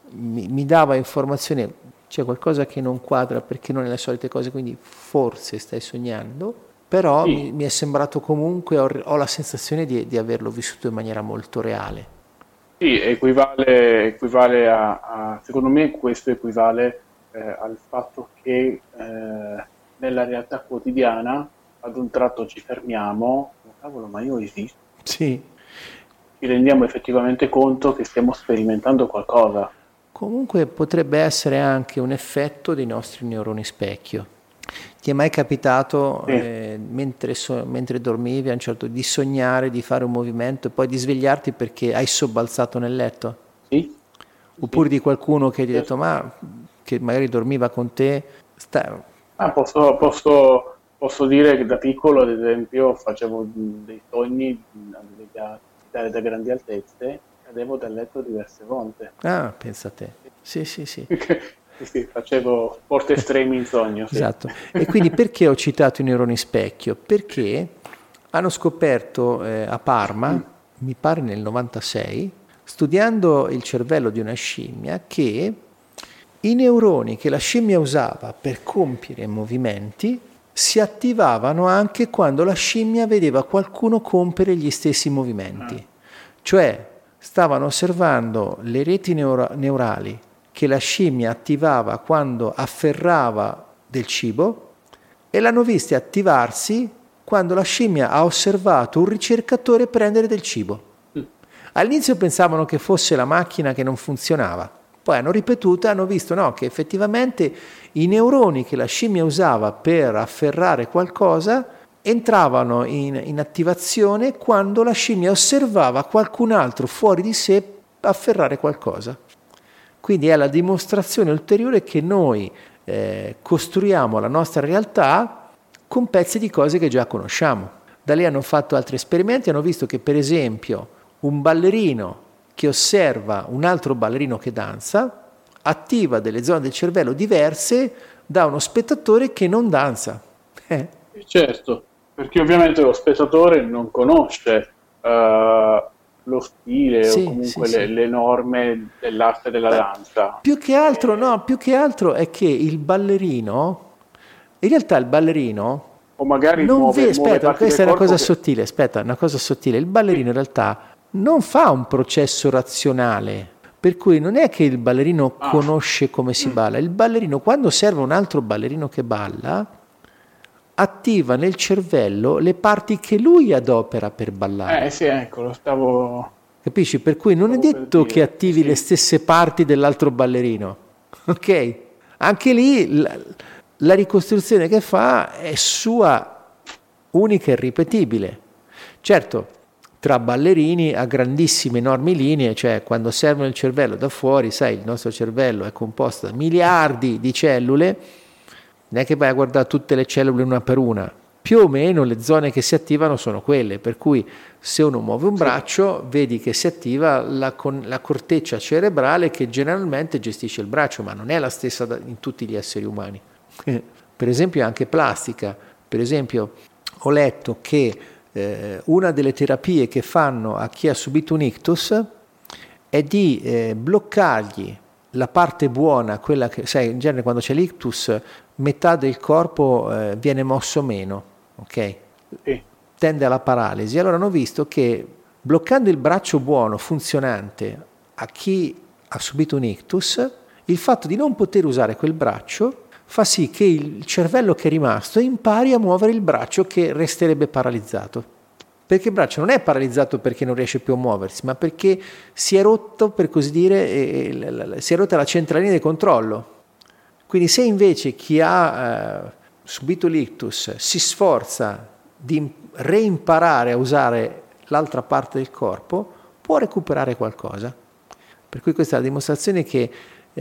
mi dava informazione, c'è qualcosa che non quadra perché non è le solite cose, quindi forse stai sognando, però Sì, mi è sembrato comunque, ho la sensazione di averlo vissuto in maniera molto reale. sì, equivale secondo me questo equivale al fatto che nella realtà quotidiana ad un tratto ci fermiamo, oh, cavolo, ma io esisto, Sì. ci rendiamo effettivamente conto che stiamo sperimentando qualcosa. Comunque potrebbe essere anche un effetto dei nostri neuroni specchio. Ti è mai capitato, Sì, mentre dormivi, a un certo, di sognare, di fare un movimento e poi di svegliarti perché hai sobbalzato nel letto? sì, sì, Oppure sì, di qualcuno che ti ha detto, certo. ma che magari dormiva con te, Ah, posso dire che da piccolo, ad esempio, facevo dei sogni da grandi altezze, cadevo dal letto diverse volte. ah, pensa a te. Sì, sì, sì. Sì, sì, facevo sport estremi in sogno, sì. Esatto. E quindi perché ho citato i neuroni specchio? Perché hanno scoperto a Parma, mi pare nel 96, studiando il cervello di una scimmia, che i neuroni che la scimmia usava per compiere movimenti si attivavano anche quando la scimmia vedeva qualcuno compiere gli stessi Ah, movimenti. Cioè stavano osservando le reti neurali che la scimmia attivava quando afferrava del cibo e l'hanno viste attivarsi quando la scimmia ha osservato un ricercatore prendere del cibo. mm, All'inizio pensavano che fosse la macchina che non funzionava, poi hanno ripetuto e hanno visto no, che effettivamente i neuroni che la scimmia usava per afferrare qualcosa entravano in attivazione quando la scimmia osservava qualcun altro fuori di sé afferrare qualcosa. Quindi è la dimostrazione ulteriore che noi costruiamo la nostra realtà con pezzi di cose che già conosciamo. Da lì hanno fatto altri esperimenti, hanno visto che per esempio un ballerino che osserva un altro ballerino che danza attiva delle zone del cervello diverse da uno spettatore che non danza. sì, certo, perché ovviamente lo spettatore non conosce lo stile o Sì, sì, comunque sì. le norme dell'arte della Beh, danza. più che altro, no, più che altro è che il ballerino, in realtà il ballerino O magari non vede, muove aspetta, parti del questa è una corpo cosa che... sottile, aspetta, una cosa sottile. Il Sì, ballerino in realtà non fa un processo razionale, per cui non è che il ballerino ah, conosce come si mm, balla, il ballerino quando osserva un altro ballerino che balla, attiva nel cervello le parti che lui adopera per ballare. sì, ecco, Capisci? Per cui non è stavo per detto che dire, sì, attivi le sì, stesse parti dell'altro ballerino, ok? Anche lì la ricostruzione che fa è sua, unica e ripetibile. Certo, tra ballerini a grandissime enormi linee, cioè quando osservano il cervello da fuori, sai, il nostro cervello è composto da miliardi di cellule, non è che vai a guardare tutte le cellule una per una, più o meno le zone che si attivano sono quelle, per cui se uno muove un sì, braccio vedi che si attiva la corteccia cerebrale che generalmente gestisce il braccio, ma non è la stessa in tutti gli esseri umani. Per esempio anche plastica, per esempio ho letto che una delle terapie che fanno a chi ha subito un ictus è di bloccargli la parte buona, quella che, sai, in genere quando c'è l'ictus metà del corpo viene mosso meno, ok? sì, Tende alla paralisi. Allora hanno visto che bloccando il braccio buono, funzionante, a chi ha subito un ictus, il fatto di non poter usare quel braccio fa sì che il cervello che è rimasto impari a muovere il braccio che resterebbe paralizzato. Perché il braccio non è paralizzato perché non riesce più a muoversi, ma perché si è rotto, per così dire, si è rotta la centralina di controllo. Quindi se invece chi ha subito l'ictus si sforza di reimparare a usare l'altra parte del corpo, può recuperare qualcosa. Per cui questa è la dimostrazione che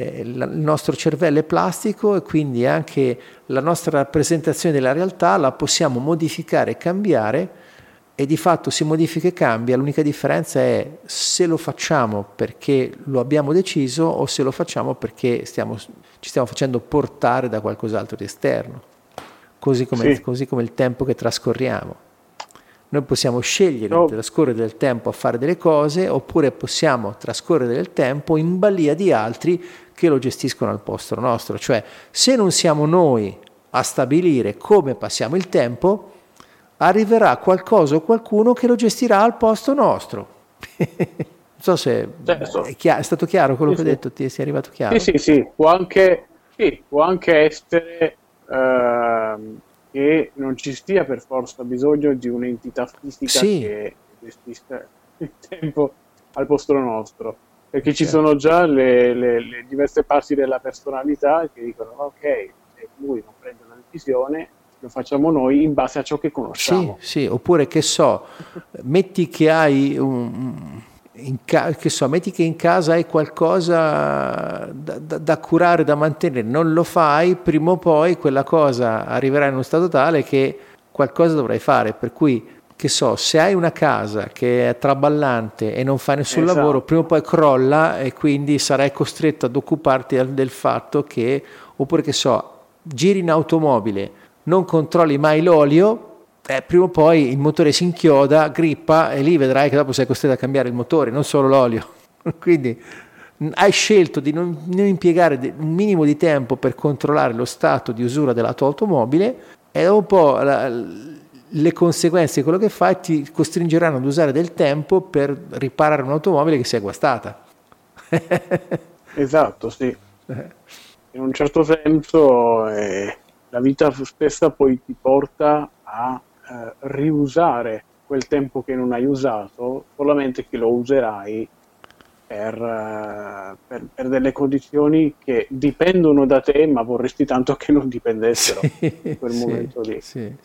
il nostro cervello è plastico e quindi anche la nostra rappresentazione della realtà la possiamo modificare e cambiare e di fatto si modifica e cambia, l'unica differenza è se lo facciamo perché lo abbiamo deciso o se lo facciamo perché ci stiamo facendo portare da qualcos'altro di esterno, sì. così come il tempo che trascorriamo. Noi possiamo scegliere di trascorrere del tempo a fare delle cose, oppure possiamo trascorrere del tempo in balia di altri che lo gestiscono al posto nostro. Cioè, se non siamo noi a stabilire come passiamo il tempo, arriverà qualcosa o qualcuno che lo gestirà al posto nostro. Non so se è stato chiaro quello che ho detto, ti è arrivato chiaro? Sì, può anche essere che non ci sia per forza bisogno di un'entità fisica che gestisca il tempo al posto nostro, perché ci sono già le diverse parti della personalità che dicono ok, se lui non prende una decisione, lo facciamo noi in base a ciò che conosciamo. Sì, oppure che so, metti che hai metti che in casa hai qualcosa da curare, da mantenere, non lo fai, prima o poi quella cosa arriverà in uno stato tale che qualcosa dovrai fare, per cui, che so, se hai una casa che è traballante e non fai nessun lavoro, prima o poi crolla e quindi sarai costretto ad occuparti del fatto che, oppure che so, giri in automobile, non controlli mai l'olio, prima o poi il motore si inchioda, grippa e lì vedrai che dopo sei costretto a cambiare il motore, non solo l'olio. Quindi hai scelto di non impiegare un minimo di tempo per controllare lo stato di usura della tua automobile e dopo le conseguenze di quello che fai ti costringeranno ad usare del tempo per riparare un'automobile che si è guastata. Esatto, sì. In un certo senso la vita stessa poi ti porta a riusare quel tempo che non hai usato, solamente che lo userai per delle condizioni che dipendono da te, ma vorresti tanto che non dipendessero in quel momento lì.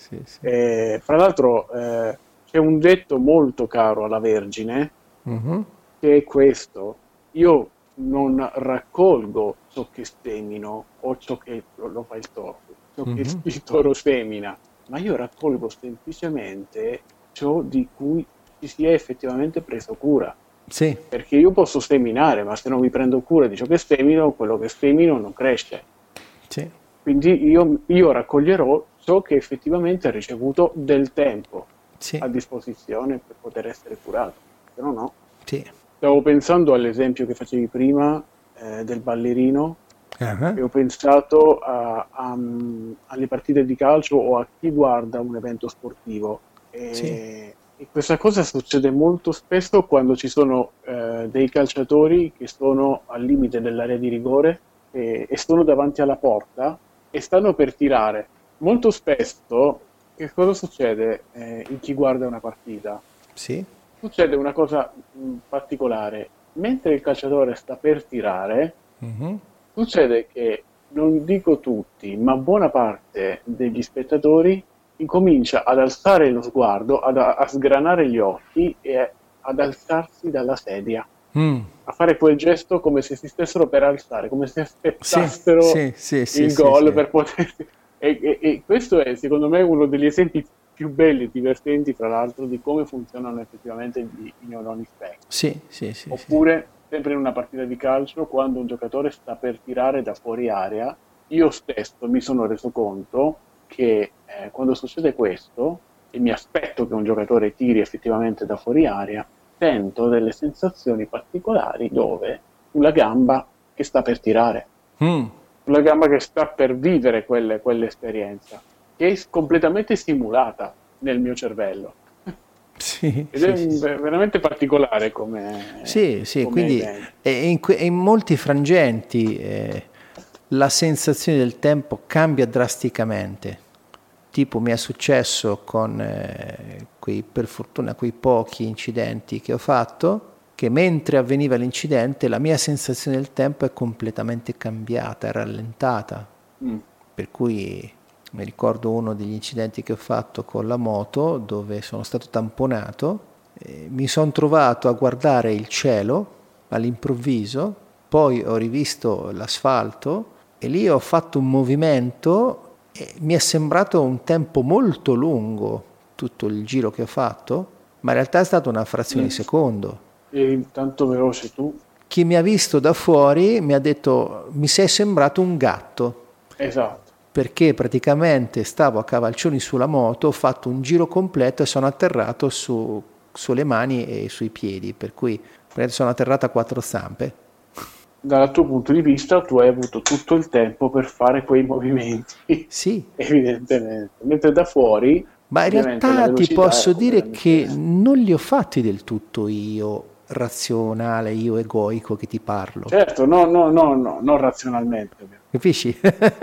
Fra l'altro c'è un detto molto caro alla Vergine, che è questo: io non raccolgo ciò che semino o ciò che lo fa il toro, ciò che il toro semina, ma io raccolgo semplicemente ciò di cui ci si è effettivamente preso cura. Sì. Perché io posso seminare, ma se non mi prendo cura di ciò che semino, quello che semino non cresce. Sì. Quindi io raccoglierò ciò che effettivamente ha ricevuto del tempo a disposizione per poter essere curato, se no no. Sì. Stavo pensando all'esempio che facevi prima del ballerino, e ho pensato alle partite di calcio o a chi guarda un evento sportivo. E questa cosa succede molto spesso quando ci sono dei calciatori che sono al limite dell'area di rigore e sono davanti alla porta e stanno per tirare. Molto spesso che cosa succede in chi guarda una partita? Succede una cosa particolare. Mentre il calciatore sta per tirare, succede che, non dico tutti, ma buona parte degli spettatori incomincia ad alzare lo sguardo, a sgranare gli occhi e ad alzarsi dalla sedia, a fare quel gesto come se si stessero per alzare, come se aspettassero il gol per poter... E questo è, secondo me, uno degli esempi più belli e divertenti, fra l'altro, di come funzionano effettivamente i neuroni specchio. Oppure, sempre in una partita di calcio, quando un giocatore sta per tirare da fuori area, io stesso mi sono reso conto che quando succede questo, e mi aspetto che un giocatore tiri effettivamente da fuori area, sento delle sensazioni particolari dove sulla gamba che sta per tirare, sulla gamba che sta per vivere quell'esperienza, che è completamente simulata nel mio cervello. Ed è veramente particolare come quindi in molti frangenti la sensazione del tempo cambia drasticamente. Tipo mi è successo con per fortuna quei pochi incidenti che ho fatto, che mentre avveniva l'incidente la mia sensazione del tempo è completamente cambiata, è rallentata. Per cui mi ricordo uno degli incidenti che ho fatto con la moto, dove sono stato tamponato, mi sono trovato a guardare il cielo all'improvviso, poi ho rivisto l'asfalto e lì ho fatto un movimento e mi è sembrato un tempo molto lungo tutto il giro che ho fatto, ma in realtà è stata una frazione di secondo. Eri tanto veloce tu. Chi mi ha visto da fuori mi ha detto: mi sei sembrato un gatto. Esatto. perché praticamente stavo a cavalcioni sulla moto, ho fatto un giro completo e sono atterrato sulle mani e sui piedi, per cui sono atterrato a quattro zampe. Dal tuo punto di vista, tu hai avuto tutto il tempo per fare quei movimenti, Sì, evidentemente. Mentre da fuori, ma in ovviamente, la realtà ti velocità era posso dire completamente che diversa. non li ho fatti del tutto io razionale, io egoico che ti parlo. Certo, no, no, no, no, non razionalmente, ovviamente. Capisci?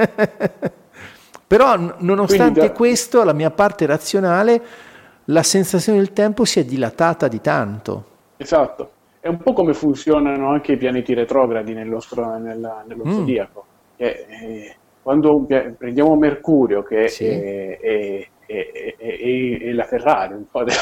Però Quindi, nonostante questo, la mia parte razionale, la sensazione del tempo si è dilatata di tanto. esatto, è un po' come funzionano anche i pianeti retrogradi nello Mm, zodiaco. Che, quando prendiamo Mercurio, che sì, è la Ferrari, un po'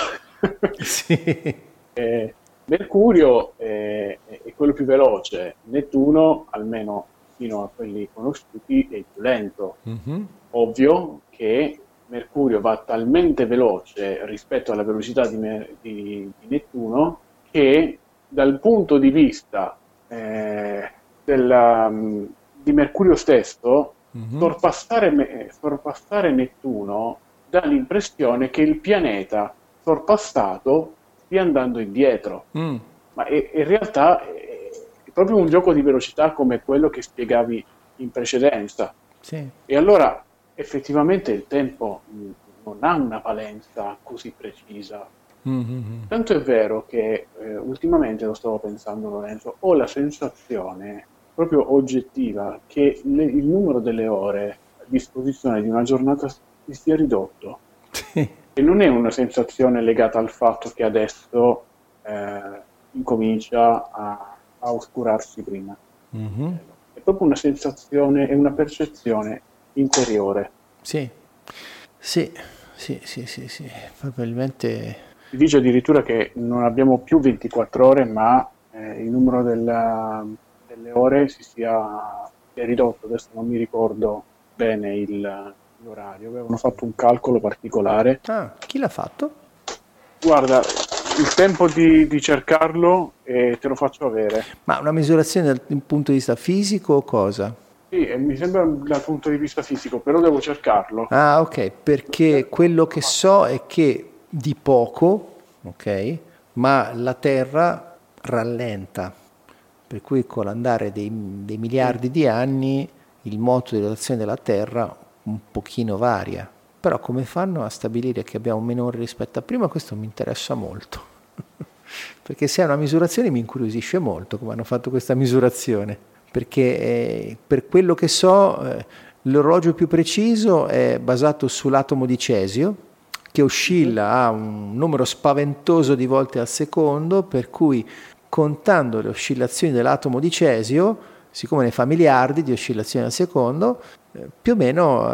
sì. Eh, Mercurio è quello più veloce, Nettuno, almeno fino a quelli conosciuti, è il più lento. Mhm. Ovvio che Mercurio va talmente veloce rispetto alla velocità di Nettuno che dal punto di vista eh, di Mercurio stesso, Mhm. sorpassare Nettuno dà l'impressione che il pianeta sorpassato stia andando indietro, Mm, ma in realtà è proprio un gioco di velocità come quello che spiegavi in precedenza. sì. E allora effettivamente il tempo non ha una valenza così precisa. Mhm. Tanto è vero che ultimamente, lo stavo pensando Lorenzo, ho la sensazione proprio oggettiva che il numero delle ore a disposizione di una giornata si sia ridotto. Sì. E non è una sensazione legata al fatto che adesso incomincia a oscurarsi prima il Mhm. cielo. È proprio una sensazione e una percezione interiore. Sì. Sì, sì, sì, sì, sì. Probabilmente Si dice addirittura che non abbiamo più 24 ore, ma il numero delle ore si è ridotto. Adesso non mi ricordo bene l'orario. Avevano fatto un calcolo particolare. ah, chi l'ha fatto? Guarda, il tempo di cercarlo e te lo faccio avere. Ma una misurazione dal punto di vista fisico o cosa? Sì, e mi sembra dal punto di vista fisico, però devo cercarlo. Ah, ok, Lo perché cerco e quello te lo che faccio so sapere. è che di poco, ok, ma la Terra rallenta, per cui con l'andare dei Mm. miliardi di anni il moto di rotazione della Terra un pochino varia. Però come fanno a stabilire che abbiamo meno ore rispetto a prima? Questo mi interessa molto. Perché se è una misurazione mi incuriosisce molto come hanno fatto questa misurazione. Perché per quello che so l'orologio più preciso è basato sull'atomo di cesio, che Mhm. oscilla a un numero spaventoso di volte al secondo, per cui contando le oscillazioni dell'atomo di cesio, siccome ne fa miliardi di oscillazioni al secondo, più o meno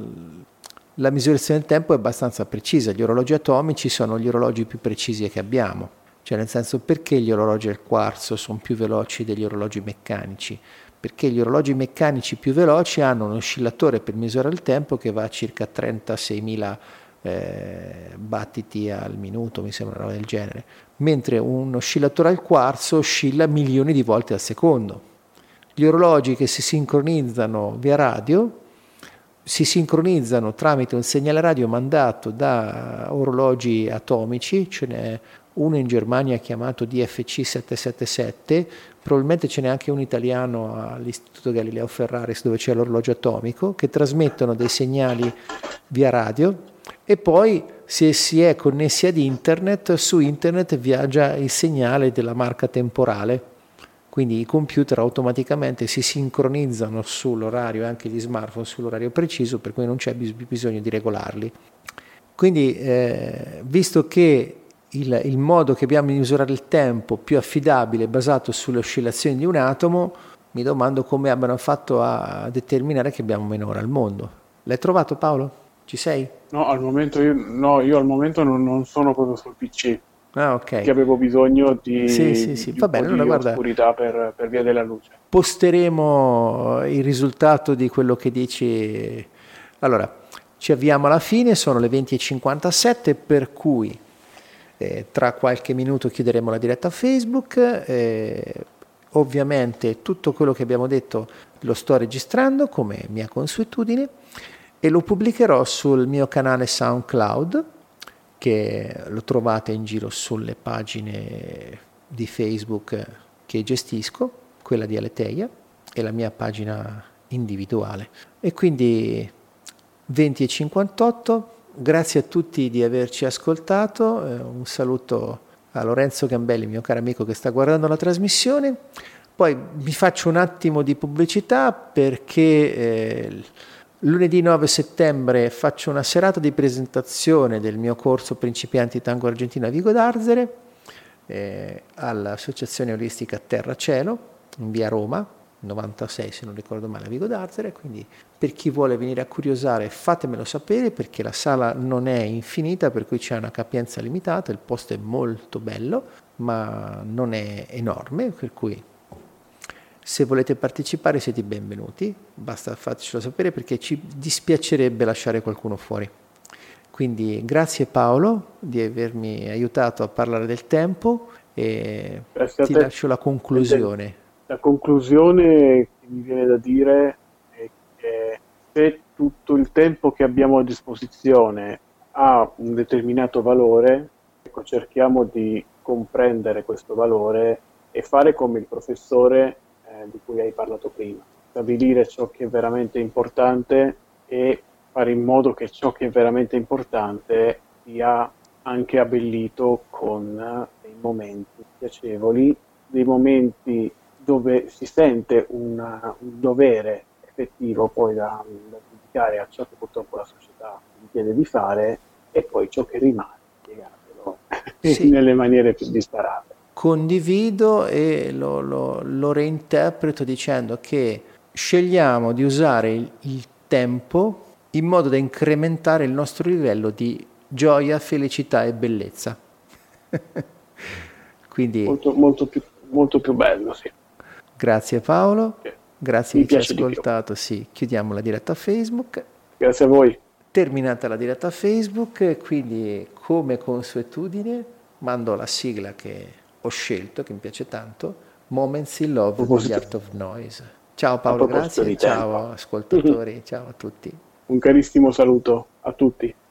la misurazione del tempo è abbastanza precisa. Gli orologi atomici sono gli orologi più precisi che abbiamo. Cioè nel senso, perché gli orologi al quarzo sono più veloci degli orologi meccanici? Perché gli orologi meccanici più veloci hanno un oscillatore per misurare il tempo che va a circa 36.000 battiti al minuto, mi sembra una roba del genere, mentre un oscillatore al quarzo oscilla milioni di volte al secondo. Gli orologi che si sincronizzano via radio si sincronizzano tramite un segnale radio mandato da orologi atomici, ce n'è uno in Germania chiamato DFC 777, probabilmente ce n'è anche un italiano all'Istituto Galileo Ferraris dove c'è l'orologio atomico, che trasmettono dei segnali via radio e poi se si è connessi ad internet, su internet viaggia il segnale della marca temporale. Quindi i computer automaticamente si sincronizzano sull'orario e anche gli smartphone sull'orario preciso, per cui non c'è bisogno di regolarli. Quindi, visto che il modo che abbiamo di misurare il tempo più affidabile è basato sulle oscillazioni di un atomo, mi domando come abbiano fatto a determinare che abbiamo meno ore al mondo. L'hai trovato Paolo? Ci sei? No, al momento io al momento non sono proprio sul PC, Ah, ok. perché avevo bisogno Sì, sì, sì. di Va un po' bene, allora di guarda, oscurità per via della luce. posteremo il risultato di quello che dici. Allora, ci avviamo alla fine, sono le 20:57, per cui tra qualche minuto chiuderemo la diretta Facebook. Ovviamente tutto quello che abbiamo detto lo sto registrando come mia consuetudine e lo pubblicherò sul mio canale SoundCloud, che lo trovate in giro sulle pagine di Facebook che gestisco, quella di Aletheia e la mia pagina individuale. E quindi 20:58, grazie a tutti di averci ascoltato, un saluto a Lorenzo Gambelli, mio caro amico che sta guardando la trasmissione. Poi vi faccio un attimo di pubblicità perché lunedì 9 settembre faccio una serata di presentazione del mio corso Principianti Tango Argentino a Vigo d'Arzere all'Associazione Olistica Terra Cielo in via Roma 96, se non ricordo male, a Vigo d'Arzere. Quindi per chi vuole venire a curiosare fatemelo sapere, perché la sala non è infinita, per cui c'è una capienza limitata, il posto è molto bello ma non è enorme, per cui se volete partecipare siete benvenuti, basta fatecelo sapere, perché ci dispiacerebbe lasciare qualcuno fuori. Quindi grazie Paolo di avermi aiutato a parlare del tempo e ti lascio la conclusione. La conclusione che mi viene da dire è che se tutto il tempo che abbiamo a disposizione ha un determinato valore, ecco, cerchiamo di comprendere questo valore e fare come il professore di cui hai parlato prima, stabilire ciò che è veramente importante e fare in modo che ciò che è veramente importante sia anche abbellito con dei momenti piacevoli, dei momenti dove si sente un dovere effettivo poi da dedicare a ciò che purtroppo la società vi chiede di fare, e poi ciò che rimane, spiegatelo Sì. nelle maniere più disparate. Condivido e lo reinterpreto dicendo che scegliamo di usare il tempo in modo da incrementare il nostro livello di gioia, felicità e bellezza. Quindi molto più bello, sì. Grazie Paolo, grazie Mi di chi ha piace ascoltato. Sì, chiudiamo la diretta Facebook. Grazie a voi. Terminata la diretta Facebook, quindi come consuetudine mando la sigla che ho scelto, che mi piace tanto, Moments in Love with the Art of Noise. Ciao Paolo, grazie, ciao ascoltatori, ciao a tutti. Un carissimo saluto a tutti.